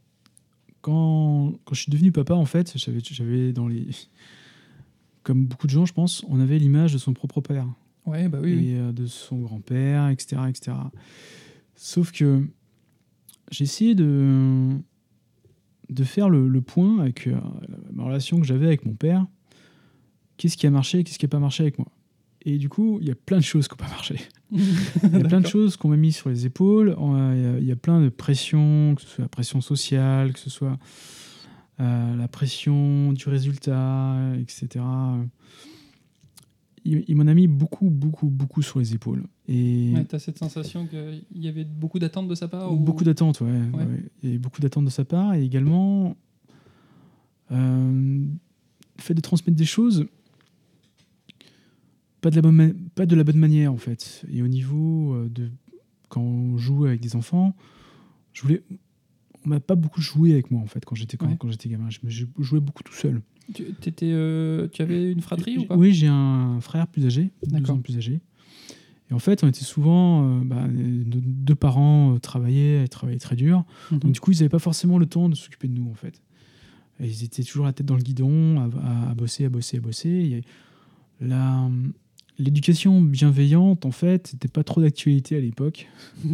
quand, quand je suis devenu papa, en fait, j'avais, j'avais dans les, comme beaucoup de gens, je pense, on avait l'image de son propre père
Ouais, bah oui,
et
oui.
euh, de son grand-père, et cetera, et cetera. Sauf que j'ai essayé de de faire le, le point avec euh, ma relation que j'avais avec mon père. Qu'est-ce qui a marché, qu'est-ce qui n'a pas marché avec moi. Et du coup, il y a plein de choses qui n'ont pas marché. Il y a plein de choses qu'on m'a mis sur les épaules. On a- Il y a- il y a plein de pressions, que ce soit la pression sociale, que ce soit euh, la pression du résultat, et cetera. Il, il m'en a mis beaucoup, beaucoup, beaucoup sur les épaules. Et
Ouais, t'as cette sensation qu'il y avait beaucoup d'attentes de sa part, ou...
beaucoup d'attentes, ouais,
Ouais.
ouais. Il y avait beaucoup d'attentes de sa part. Et également, euh, le fait de transmettre des choses, pas de la bonne, ma- pas de la bonne manière, en fait. Et au niveau euh, de quand on joue avec des enfants, je voulais, on m'a pas beaucoup joué avec moi, en fait, quand j'étais quand,
Ouais.
quand j'étais gamin. Je, me- je jouais beaucoup tout seul.
Tu, t'étais, euh, tu avais une fratrie ou pas?
Oui, j'ai un frère plus âgé, deux
D'accord.
ans plus âgé. Et en fait, on était souvent, euh, bah, nos deux parents euh, travaillaient, et travaillaient très dur.
Mhm.
Donc du coup, ils n'avaient pas forcément le temps de s'occuper de nous, en fait. Et ils étaient toujours la tête dans le guidon, à, à- à bosser, à bosser, à bosser. Et la, l'éducation bienveillante, en fait, c'était pas trop d'actualité à l'époque.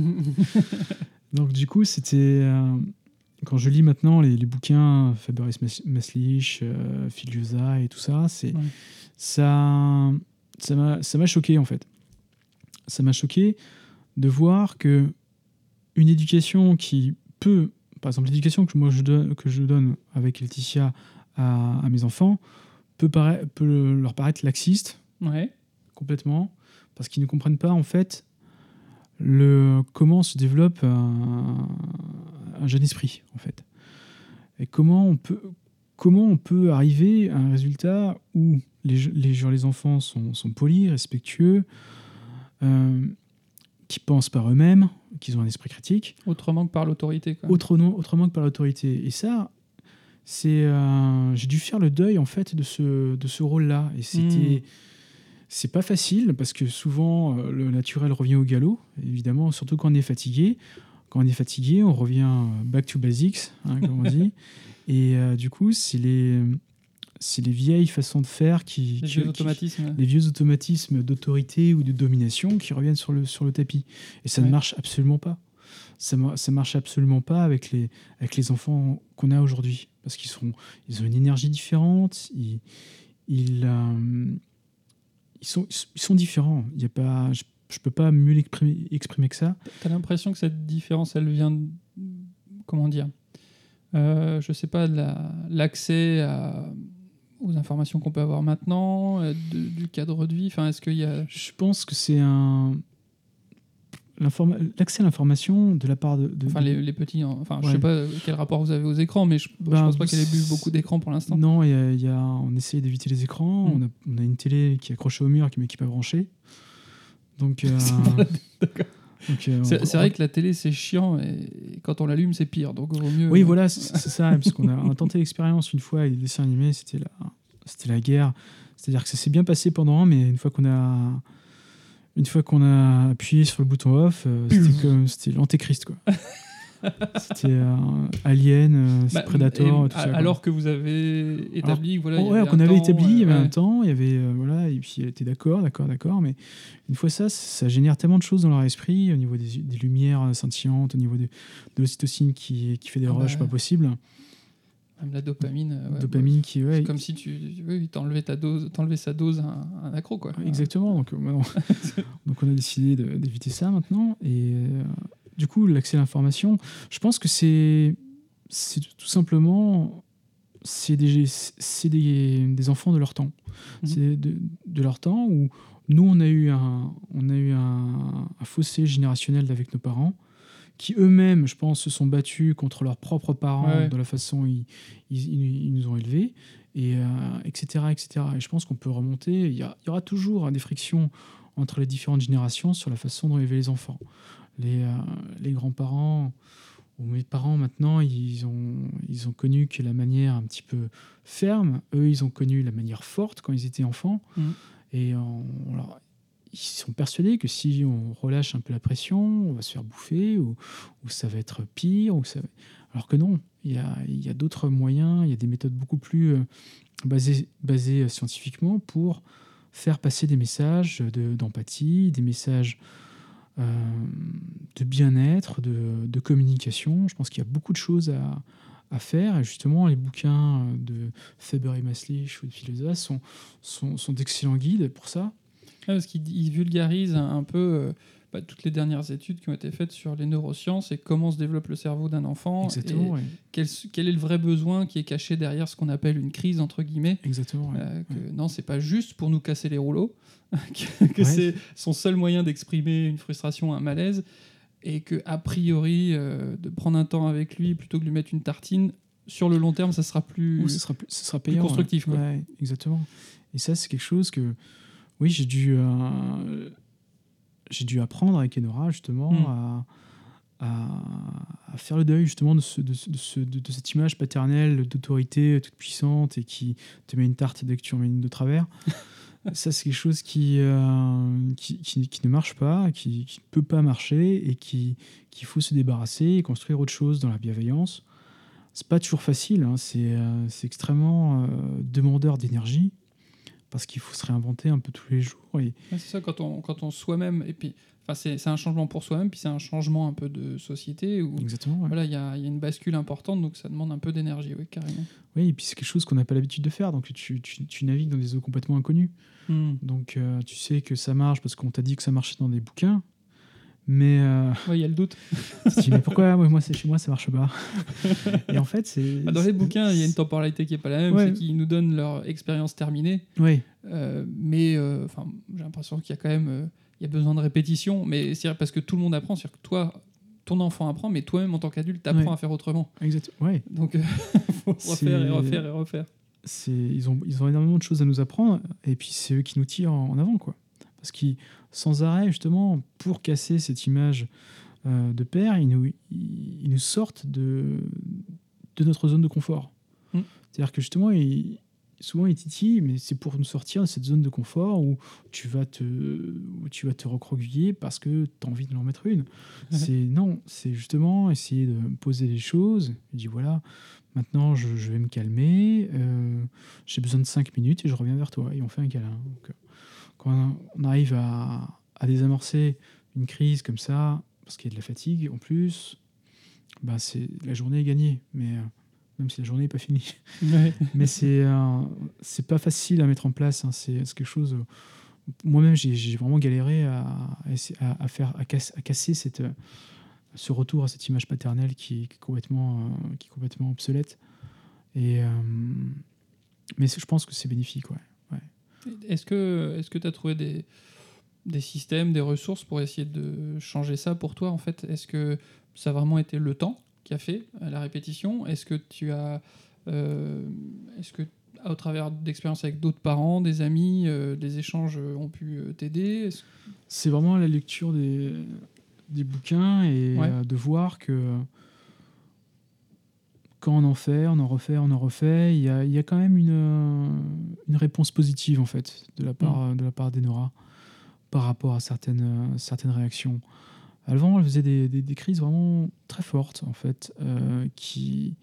Donc du coup, c'était... euh, quand je lis maintenant les, les bouquins Faber et Mas- Maslich, euh, Filiosa et tout ça, c'est,
Ouais.
ça, ça, m'a, ça m'a choqué, en fait. Ça m'a choqué de voir que une éducation qui peut, par exemple l'éducation que moi je donne, que je donne avec Laetitia à, à mes enfants, peut, parai- peut leur paraître laxiste
Ouais.
complètement, parce qu'ils ne comprennent pas en fait le, comment se développe un, un jeune esprit, en fait. Et comment on peut, comment on peut arriver à un résultat où les, je- les, genre, les enfants sont, sont polis, respectueux, euh, qui pensent par eux-mêmes, qui ont un esprit critique,
Autrement que par l'autorité, quoi.
autrement, autrement que par l'autorité. Et ça, c'est, euh, j'ai dû faire le deuil en fait de ce, de ce rôle-là. Et c'était,
Mm.
c'est pas facile parce que souvent euh, le naturel revient au galop, évidemment, surtout quand on est fatigué. Quand on est fatigué, on revient euh, back to basics, hein, comme on dit. Et euh, du coup, c'est les, c'est les vieilles façons de faire qui,
Les
qui-
vieux
qui-
automatismes.
les vieux automatismes d'autorité ou de domination qui reviennent sur le, sur le tapis. Et ça
Ouais.
ne marche absolument pas. Ça ne ça marche absolument pas avec les, avec les enfants qu'on a aujourd'hui. Parce qu'ils sont, ils ont une énergie différente, ils, ils, euh, ils, sont, ils sont différents. Il y a pas, je ne peux pas mieux l'exprimer, exprimer que ça.
T'as l'impression que cette différence, elle vient de... Comment dire euh, Je sais pas, de la- l'accès à- aux informations qu'on peut avoir maintenant, euh, de, du cadre de vie. Enfin, est-ce qu'il y a...
Je pense que c'est un... L'informa... L'accès à l'information de la part de... de
Enfin,
de...
les, les petits... hein. Enfin,
Ouais.
je sais pas quel rapport vous avez aux écrans, mais je,
Bah,
je pense pas qu'elle ait bu beaucoup d'écrans pour l'instant.
Non, il y a, il y a... on essaye d'éviter les écrans.
Mm.
On, a, on a une télé qui est accrochée au mur, qui, mais qui n'est pas branchée. Donc... Euh...
D'accord.
Donc, euh,
C'est,
on-
c'est vrai que la télé, c'est chiant, et quand on l'allume, c'est pire. Donc, vaut mieux...
Oui, voilà, c'est, c'est ça. Parce qu'on a, on a tenté l'expérience une fois avec les dessins animés, c'était la, c'était la guerre. C'est-à-dire que ça s'est bien passé pendant un, mais une fois qu'on a, une fois qu'on a appuyé sur le bouton off, euh, c'était, comme, c'était l'antéchrist, quoi. C'était euh, Alien, euh,
Bah,
Predator,
et-
tout ça. quoi.
alors que vous avez établi que voilà, il y
Ouais,
avait
qu'on
un
avait
temps,
établi, il y avait
ouais.
un temps, il y avait euh, voilà, et puis elle était d'accord, d'accord, d'accord, mais une fois ça, ça génère tellement de choses dans leur esprit, au niveau des, des lumières scintillantes, au niveau de, de l'ocytocine qui, qui fait des
Ah
rushs
bah,
pas possibles,
Même la dopamine. euh, ouais,
dopamine
bah,
qui, ouais,
c'est comme si tu oui, t'enlevais ta dose, t'enlevais sa dose à un, un accro, quoi.
exactement. Donc, euh, maintenant- donc on a décidé de- d'éviter ça maintenant, et euh, du coup l'accès à l'information, je pense que c'est, c'est tout simplement, c'est des, c'est des, des enfants de leur temps.
Mhm.
C'est de, de leur temps où nous, on a eu un, on a eu un, un fossé générationnel avec nos parents, qui eux-mêmes, je pense, se sont battus contre leurs propres parents,
Ouais.
de la façon ils, ils, ils- ils nous ont élevés, et, euh, et cetera, et cetera. Et je pense qu'on peut remonter. Il y, a- il y aura toujours hein, des frictions entre les différentes générations sur la façon dont élever les enfants. Les, euh, les grands-parents ou mes parents maintenant, ils ont, ils ont connu que la manière un petit peu ferme. Eux, ils ont connu la manière forte quand ils étaient enfants.
Mhm.
Et on, on leur- ils sont persuadés que si on relâche un peu la pression, on va se faire bouffer, ou, ou ça va être pire. Ou ça va- Alors que non, il y a, il y a d'autres moyens, il y a des méthodes beaucoup plus euh, basées, basées euh, scientifiquement pour faire passer des messages de- d'empathie, des messages euh, de bien-être, de, de communication. Je pense qu'il y a beaucoup de choses à, à faire. Et justement, les bouquins de Faber et Maslich ou de Philosophe sont, sont, sont d'excellents guides pour ça.
Ouais, parce qu'il il vulgarise un, un peu euh, bah, toutes les dernières études qui ont été faites sur les neurosciences et comment se développe le cerveau d'un enfant.
Exactement,
Et
ouais.
quel, quel est le vrai besoin qui est caché derrière ce qu'on appelle une crise, entre guillemets.
Exactement, ouais.
Euh, que,
Ouais.
Non, c'est pas juste pour nous casser les rouleaux, que, que
Ouais.
c'est son seul moyen d'exprimer une frustration, un malaise, et que a priori, euh, de prendre un temps avec lui plutôt que de lui mettre une tartine, sur le long terme, ça sera plus.
Ou ce sera, plus- ce sera payant.
constructif,
ouais.
quoi.
Ouais, exactement. Et ça, c'est quelque chose que, oui, j'ai dû, euh, j'ai dû apprendre avec Enora, justement,
Mm.
à, à, à faire le deuil, justement, de, ce, de, ce- de, ce- de- de cette image paternelle d'autorité toute puissante et qui te met une tarte dès que tu en mets une de travers. Ça, c'est quelque chose qui, euh, qui, qui, qui ne marche pas, qui ne peut pas marcher et qui, qu'il faut se débarrasser et construire autre chose dans la bienveillance. C'est pas toujours facile, hein, c'est, euh, c'est extrêmement euh, demandeur d'énergie parce qu'il faut se réinventer un peu tous les jours. Et
Ouais, c'est ça, quand on, quand on soi-même, et puis, enfin, c'est, c'est un changement pour soi-même, puis c'est un changement un peu de société où
exactement. Ouais.
voilà, il y a, il y a une bascule importante, donc ça demande un peu d'énergie, oui, carrément.
Oui, et puis c'est quelque chose qu'on n'a pas l'habitude de faire, donc tu, tu, tu navigues dans des eaux complètement inconnues.
Mm.
Donc euh, tu sais que ça marche parce qu'on t'a dit que ça marchait dans des bouquins, mais euh,
Ouais, il y a le doute.
tu te dis mais pourquoi moi, moi c'est chez moi ça marche pas. Et en fait c'est
Bah, dans les bouquins, il y a une temporalité qui est pas la même,
Ouais.
c'est qu'ils nous donnent leur expérience terminée,
Oui,
euh, mais euh, enfin, j'ai l'impression qu'il y a quand même euh, il y a besoin de répétition, mais c'est parce que tout le monde apprend, c'est-à-dire que toi, ton enfant apprend, mais toi-même en tant qu'adulte, t'apprends
Ouais.
à faire autrement.
exactement. Ouais.
Donc, il faut
C'est-
refaire et refaire et refaire.
C'est, ils, ont, ils ont énormément de choses à nous apprendre, et puis c'est eux qui nous tirent en avant, quoi. Parce qu'ils, sans arrêt, justement, pour casser cette image euh, de père, ils nous, ils, ils nous sortent de, de notre zone de confort.
Mm.
C'est-à-dire que justement, ils, souvent ils titillent, mais c'est pour nous sortir de cette zone de confort où tu vas te, où tu vas te recroqueviller parce que tu as envie de leur mettre une. C'est, non, c'est justement essayer de poser les choses. Je dis voilà, maintenant je, je vais me calmer, euh, j'ai besoin de cinq minutes et je reviens vers toi. Et on fait un câlin. Donc, euh, quand on arrive à, à désamorcer une crise comme ça, parce qu'il y a de la fatigue en plus, bah c'est, la journée est gagnée. Mais euh, même si la journée n'est pas finie.
Ouais.
Mais c'est euh, c'est pas facile à mettre en place. Hein. C'est, c'est quelque chose. euh, Moi-même, j'ai, j'ai vraiment galéré à, à, essa- à, à faire à, casse- à casser cette, euh, ce retour à cette image paternelle qui, est qui est complètement euh, qui est complètement obsolète. Et euh, mais je pense que c'est bénéfique, ouais. ouais.
Est-ce que est-ce que tu as trouvé des, des systèmes, des ressources pour essayer de changer ça pour toi, en fait? Est-ce que ça a vraiment été le temps qui a fait la répétition? Est-ce que tu as... Euh, est-ce que, au travers d'expériences avec d'autres parents, des amis, euh, des échanges ont pu t'aider? Est-ce...
C'est vraiment la lecture des, des bouquins et
Ouais.
euh, de voir que quand on en fait, on en refait, on en refait, il y a, il y a quand même une, euh, une réponse positive, en fait, de la part,
Mmh.
de la part d'Enora par rapport à certaines, euh, certaines réactions. Avant, elle faisait des, des, des crises vraiment très fortes, en fait, euh, qui,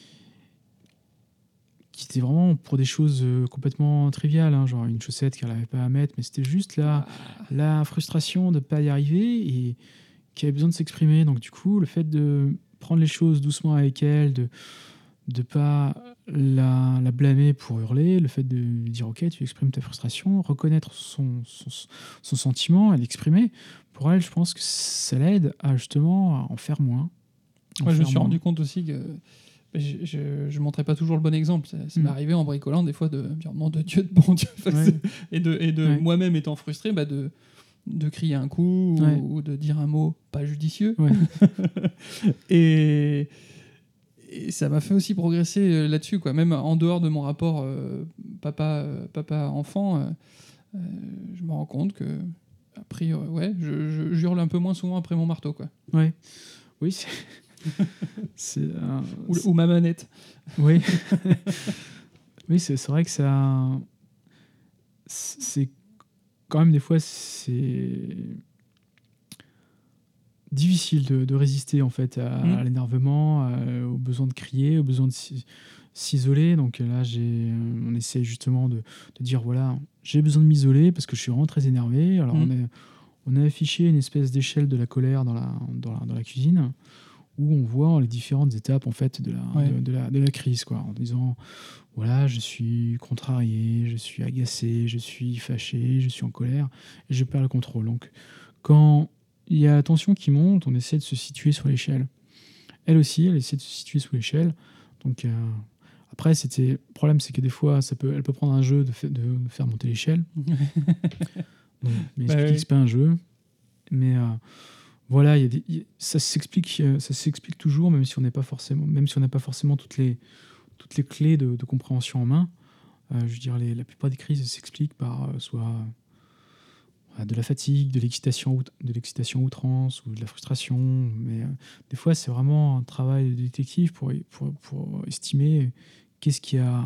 qui étaient vraiment pour des choses euh, complètement triviales, hein, genre une chaussette qu'elle n'avait pas à mettre, mais c'était juste la,
Ah.
la frustration de ne pas y arriver et qui avait besoin de s'exprimer. Donc du coup, le fait de prendre les choses doucement avec elle, de ne pas la, la blâmer pour hurler, le fait de lui dire « Ok, tu exprimes ta frustration », reconnaître son, son, son sentiment et l'exprimer, pour elle, je pense que ça l'aide à justement en faire moins. En
Ouais, je me
faire
suis
moins.
rendu compte aussi que je ne montrais pas toujours le bon exemple. Ça, ça
Mm.
m'est arrivé en bricolant des fois de me dire « Nom de Dieu, de bon Dieu !»
Ouais.
Et de, et de
Ouais.
moi-même étant frustré, bah de, de crier un coup
Ouais.
ou, ou de dire un mot pas judicieux.
Ouais.
et, et ça m'a fait aussi progresser là-dessus, quoi. Même en dehors de mon rapport euh, papa, euh, papa-enfant, euh, euh, je me rends compte que après, euh, ouais, je, je, j'hurle un peu moins souvent après mon marteau, quoi.
Ouais. Oui, c'est... c'est, euh,
Ou,
c'est...
ou ma manette.
Oui. Oui, c'est, c'est vrai que ça... C'est quand même des fois, c'est difficile de, de résister en fait à,
Mmh.
à l'énervement, à- au besoin de crier, au besoin de s'i- s'isoler. Donc là, j'ai, on essaie justement de, de dire voilà, j'ai besoin de m'isoler parce que je suis vraiment très énervé. Alors
Mmh.
on, a, on a affiché une espèce d'échelle de la colère dans la, dans la, dans la cuisine où on voit les différentes étapes en fait de la,
Ouais.
de, de la, de la crise, quoi, en disant voilà, je suis contrarié, je suis agacé, je suis fâché, je suis en colère et je perds le contrôle. Donc quand il y a la tension qui monte, on essaie de se situer sur l'échelle. Elle aussi, elle essaie de se situer sous l'échelle. Donc euh, après, c'était le problème, c'est que des fois, ça peut, elle peut prendre un jeu de, fait, de faire monter l'échelle. Donc, mais
Bah
expliquer
oui.
que c'est pas un jeu. Mais euh, voilà, il y a des, il y a- ça s'explique, euh, ça s'explique toujours, même si on n'est pas forcément, même si on n'a pas forcément toutes les toutes les clés de, de compréhension en main. Euh, je veux dire, les, la plupart des crises s'expliquent par euh, soit euh, de la fatigue, de l'excitation, out- de l'excitation outrance ou de la frustration. Mais euh, des fois, c'est vraiment un travail de détective pour, pour, pour estimer qu'est-ce qui a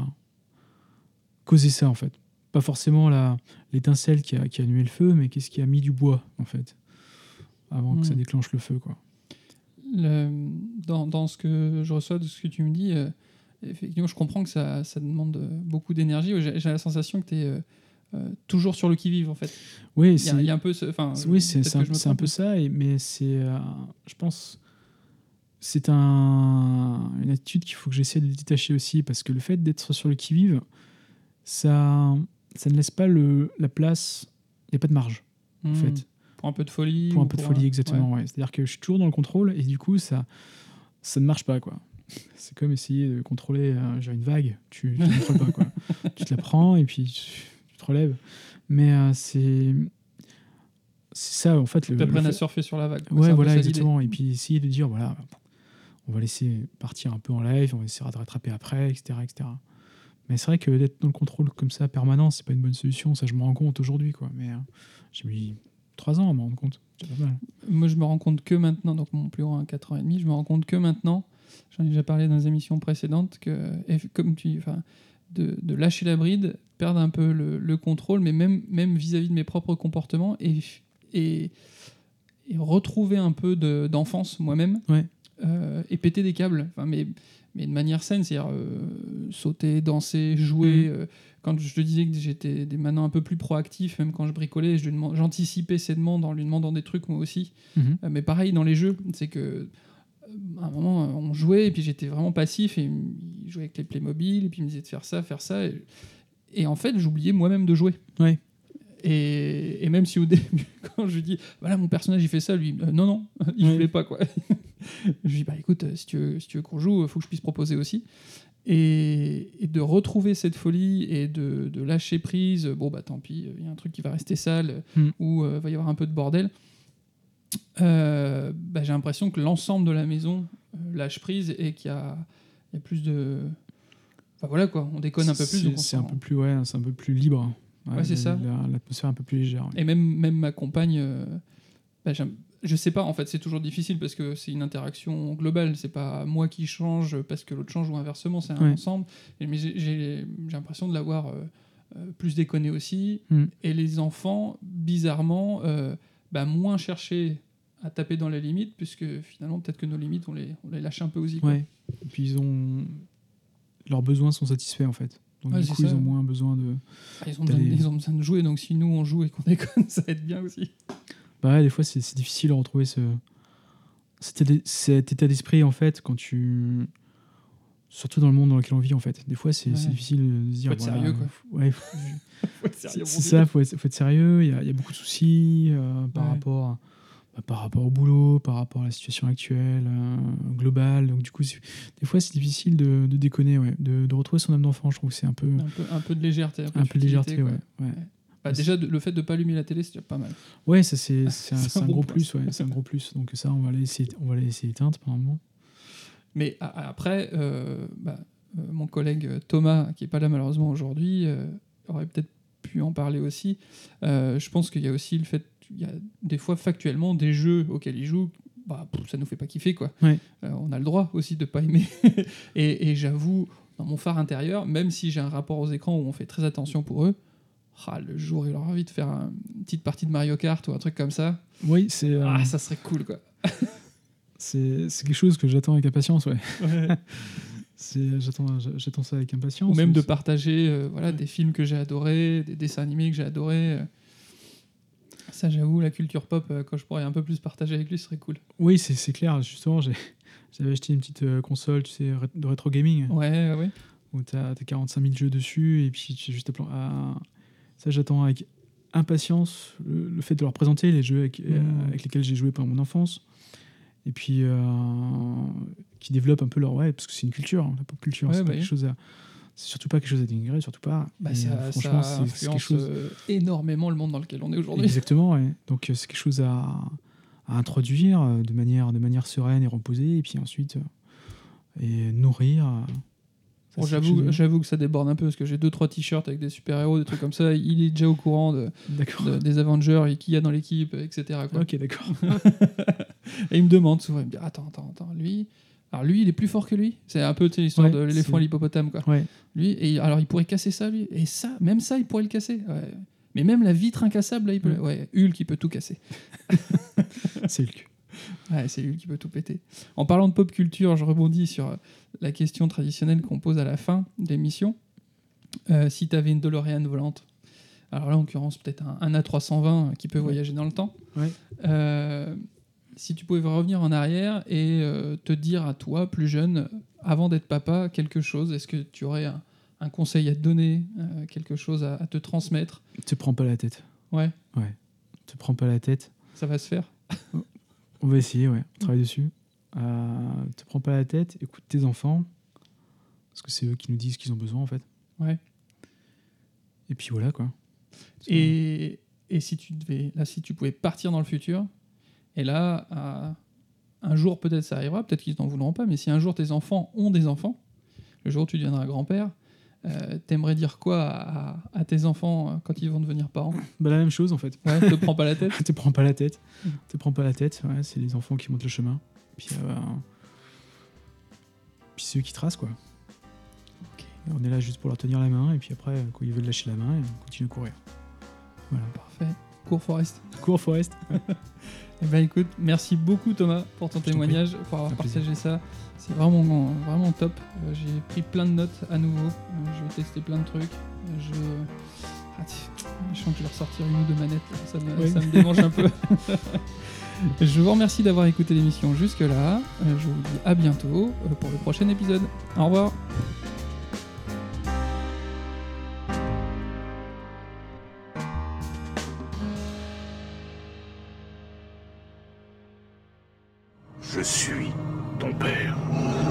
causé ça, en fait. Pas forcément la, l'étincelle qui a, qui a allumé le feu, mais qu'est-ce qui a mis du bois, en fait, avant
Mmh.
que ça déclenche le feu, quoi.
Le, dans, dans ce que je reçois de ce que tu me dis, euh, effectivement, je comprends que ça, ça demande euh, beaucoup d'énergie. J'ai, j'ai la sensation que tu es euh, euh, toujours sur le qui-vive, en fait.
Oui,
Il y,
c'est,
a- il y a un peu ce, enfin,
c'est- oui, c'est,
peut-être
c'est
que
un,
je me
c'est un
trompe,
peu ça, et, mais c'est, euh, je pense, c'est un, une attitude qu'il faut que j'essaie de détacher aussi, parce que le fait d'être sur le qui-vive, ça, ça ne laisse pas le, la place, il n'y a pas de marge,
mais-
en
Mmh.
fait.
Pour un peu de folie.
Pour un
ou
peu de
pour
folie,
un-
exactement.
ouais.
Ouais. C'est-à-dire que je suis toujours dans le contrôle et du coup, ça, ça ne marche pas, quoi. C'est comme essayer de contrôler euh, genre une vague. Tu ne contrôles pas, quoi. Tu te la prends et puis tu, tu te relèves. Mais euh, c'est, c'est ça, en fait. Le,
Tu apprennes
le
à
fait-
surfer sur la vague. quoi.
Ouais,
C'est un peu
voilà,
ça, l'idée.
exactement. Et puis essayer de dire, voilà, on va laisser partir un peu en live, on va essayer de rattraper après, et cetera, et cetera. Mais c'est vrai que d'être dans le contrôle comme ça, permanent, c'est pas une bonne solution. Ça, je me rends compte aujourd'hui, quoi. Mais euh, j'ai mis trois ans à me rendre compte. C'est pas mal.
Moi, je me rends compte que maintenant, donc mon plus grand a quatre ans et demi, je me rends compte que maintenant, j'en ai déjà parlé dans les émissions précédentes, que et comme tu, enfin, de, de lâcher la bride, perdre un peu le, le contrôle, mais même, même vis-à-vis de mes propres comportements et, et, et retrouver un peu de, d'enfance moi-même
Ouais.
euh, et péter des câbles, enfin, mais, mais de manière saine, c'est-à-dire euh, sauter, danser, jouer.
Mhm.
euh, Quand je te disais que j'étais des- maintenant un peu plus proactif, même quand je bricolais, je lui demande- j'anticipais ses demandes en lui demandant des trucs moi aussi.
Mhm.
Euh, mais pareil dans les jeux, c'est que euh, à un moment euh, on jouait et puis j'étais vraiment passif et il jouait avec les Playmobil et puis il me disait de faire ça, faire ça et, et en fait j'oubliais moi-même de jouer.
Ouais.
Et, et même si au début quand je lui dis voilà mon personnage il fait ça, lui euh, non non il
Ouais.
voulait pas quoi. Je lui dis bah écoute euh, si tu veux, si tu veux qu'on joue, faut que je puisse proposer aussi. et, et de retrouver cette folie et de, de lâcher prise. Bon, bah tant pis, il y a un truc qui va rester sale
Mm.
ou il euh, va y avoir un peu de bordel. Euh, bah, j'ai l'impression que l'ensemble de la maison euh, lâche prise et qu'il y a, il y a plus de... Enfin voilà quoi, on déconne un peu plus.
C'est,
donc on
c'est,
s'en-
un peu plus, ouais, c'est un peu plus libre.
Ouais, c'est ça.
La, l'atmosphère est un peu plus légère. Ouais.
Et même, même ma compagne, euh, bah, j'aime- je sais pas, en fait, c'est toujours difficile parce que c'est une interaction globale. C'est pas moi qui change parce que l'autre change ou inversement, c'est un
Ouais.
ensemble. Et- Mais j'ai, j'ai, j'ai l'impression de l'avoir euh, euh, plus déconné aussi.
Mm.
Et les enfants, bizarrement, euh, bah, moins chercher à taper dans les limites, puisque finalement, peut-être que nos limites, on les, on les lâche un peu aussi. quoi.
Ouais. Et puis ils ont leurs besoins sont satisfaits en fait. Donc
Ouais,
du
c'est
coup
ça.
ils ont moins besoin de.
Ah, ils, ont besoin,
D'aller-
ils ont besoin de jouer, donc si nous on joue et qu'on déconne, ça aide bien aussi.
Bah ouais, des fois c'est, c'est difficile de retrouver ce cet état, cet état d'esprit en fait quand tu surtout dans le monde dans lequel on vit en fait. Des fois c'est,
Ouais.
c'est difficile de se dire.
Faut être
voilà,
sérieux, quoi.
faut- Ouais. faut-
Faut être sérieux,
c'est,
mon
c'est
Dieu.
ça. Faut être, faut être sérieux. Il y a, il y a beaucoup de soucis euh, par
Ouais.
rapport. À, bah, par rapport au boulot, par rapport à la situation actuelle, euh, globale. Donc du coup, c'est- des fois, c'est difficile de, de déconner, ouais, de, de retrouver son âme d'enfant. Je trouve que c'est un peu,
Un peu, un peu de légèreté.
un peu de légèreté,
quoi.
ouais. Ouais,
Bah, déjà, de- le fait de ne pas allumer la télé, c'est déjà pas mal.
ouais ça, c'est, c'est, un,
C'est
c'est
un
un
bon
gros
point,
plus,
ça.
ouais, c'est un gros plus. Donc ça, on va la laisser, on va la laisser éteinte pendant un moment.
Mais a- après, euh, bah, euh, mon collègue euh, Thomas, qui n'est pas là malheureusement aujourd'hui, euh, aurait peut-être pu en parler aussi. Euh, je pense qu'il y a aussi le fait qu'il y a des fois factuellement des jeux auxquels il joue, bah, pff, ça nous fait pas kiffer quoi.
Ouais.
Euh, on a le droit aussi de pas aimer. et, et j'avoue, dans mon phare intérieur, même si j'ai un rapport aux écrans où on fait très attention pour eux, ah, le jour où il aura envie de faire un- une petite partie de Mario Kart ou un truc comme ça,
Oui, c'est, euh,
ah, ça serait cool quoi.
c'est, c'est quelque chose que j'attends avec impatience, ouais. C'est, j'attends, j'attends ça avec impatience.
Ou même de
C'est-
partager euh, voilà,
Ouais.
des films que j'ai adorés, des dessins animés que j'ai adorés. euh. Ça, j'avoue, la culture pop, euh, quand je pourrais un peu plus partager avec lui, ce serait cool.
Oui, c'est, c'est clair. Justement, j'ai, j'avais acheté une petite euh, console, tu sais, ré- de rétro gaming.
Ouais, ouais, ouais.
Où tu as quarante-cinq mille jeux dessus, et puis tu as juste à plan- à- ça, j'attends avec impatience le, le fait de leur présenter les jeux avec, euh,
Mhm.
avec lesquels j'ai joué pendant mon enfance, et puis euh, qui développent un peu leur... Ouais, parce que c'est une culture, hein, la pop culture,
Ouais,
c'est,
bah
pas
oui.
quelque chose à- c'est surtout pas quelque chose à dénigrer, surtout pas.
Bah,
Et,
ça,
euh,
ça
franchement, c'est, c'est quelque
influence
chose...
euh, énormément le monde dans lequel on est aujourd'hui.
Exactement, ouais. Donc euh, c'est quelque chose à, à introduire euh, de manière, de manière sereine et reposée, et puis ensuite euh, et nourrir. euh, ça,
Bon,
c'est quelque
j'avoue,
chose-
j'avoue que ça déborde un peu, parce que j'ai deux trois t-shirts avec des super-héros, des trucs comme ça. Il est déjà au courant de,
D'accord.
de- des Avengers et qui y a dans l'équipe, et cetera quoi.
Ok, d'accord.
Et il me demande souvent, il me dit, attends, attends, attends, lui... Alors lui, il est plus fort que lui. C'est un peu tu sais, l'histoire
Ouais,
de l'éléphant
c'est-
et l'hippopotame, quoi.
Ouais.
Lui, et alors il pourrait casser ça, lui. Et ça, même ça, il pourrait le casser. Ouais. Mais même la vitre incassable, là, il peut.
Ouais.
Ouais, Hulk, il peut tout casser.
C'est le cul.
Ouais, c'est Hulk qui peut tout péter. En parlant de pop culture, je rebondis sur euh, la question traditionnelle qu'on pose à la fin de l'émission. Euh, si tu avais une DeLorean volante, alors là, en l'occurrence, peut-être un, un A trois cent vingt qui peut
Ouais.
voyager dans le temps.
Ouais.
Euh, si tu pouvais revenir en arrière et euh, te dire à toi, plus jeune, avant d'être papa, quelque chose, est-ce que tu aurais un, un conseil à te donner, euh, quelque chose à, à te transmettre?
Te prends pas la tête.
Ouais,
Ouais. Te prends pas la tête.
ça va se faire.
On va essayer, ouais. On travaille dessus. Euh, te prends pas la tête. Écoute tes enfants. Parce que c'est eux qui nous disent ce qu'ils ont besoin, en fait.
Ouais.
Et puis voilà, quoi.
Et, et si tu devais, là, si tu pouvais partir dans le futur, et là, à- un jour peut-être ça arrivera, peut-être qu'ils n'en voudront pas, mais si un jour tes enfants ont des enfants, le jour où tu deviendras grand-père, euh, t'aimerais dire quoi à, à- à tes enfants euh, quand ils vont devenir parents?
Bah, la même chose, en fait.
Ouais, te prends pas la tête.
Te prends pas la tête.
Mm.
Te prends pas la tête. Ouais, c'est les enfants qui montent le chemin. Puis, euh, puis c'est eux qui tracent, quoi.
Ok.
Et on est là juste pour leur tenir la main. Et puis après, quand ils veulent lâcher la main, on continue à courir. Voilà.
Parfait. Cours Forest.
Cours, Forest.
Eh ben écoute, merci beaucoup Thomas pour ton
Je t'en
témoignage, pour avoir
Un
partagé
plaisir.
ça. C'est vraiment, vraiment top. Euh, j'ai pris plein de notes à nouveau. Euh, je vais tester plein de trucs. Euh, je... Ah, tu- je sens que je vais ressortir une ou deux manettes. là. Ça me,
Oui.
ça me démange un peu. Je vous remercie d'avoir écouté l'émission jusque-là. Euh, je vous dis à bientôt euh, pour le prochain épisode. Au revoir.
Je suis ton père.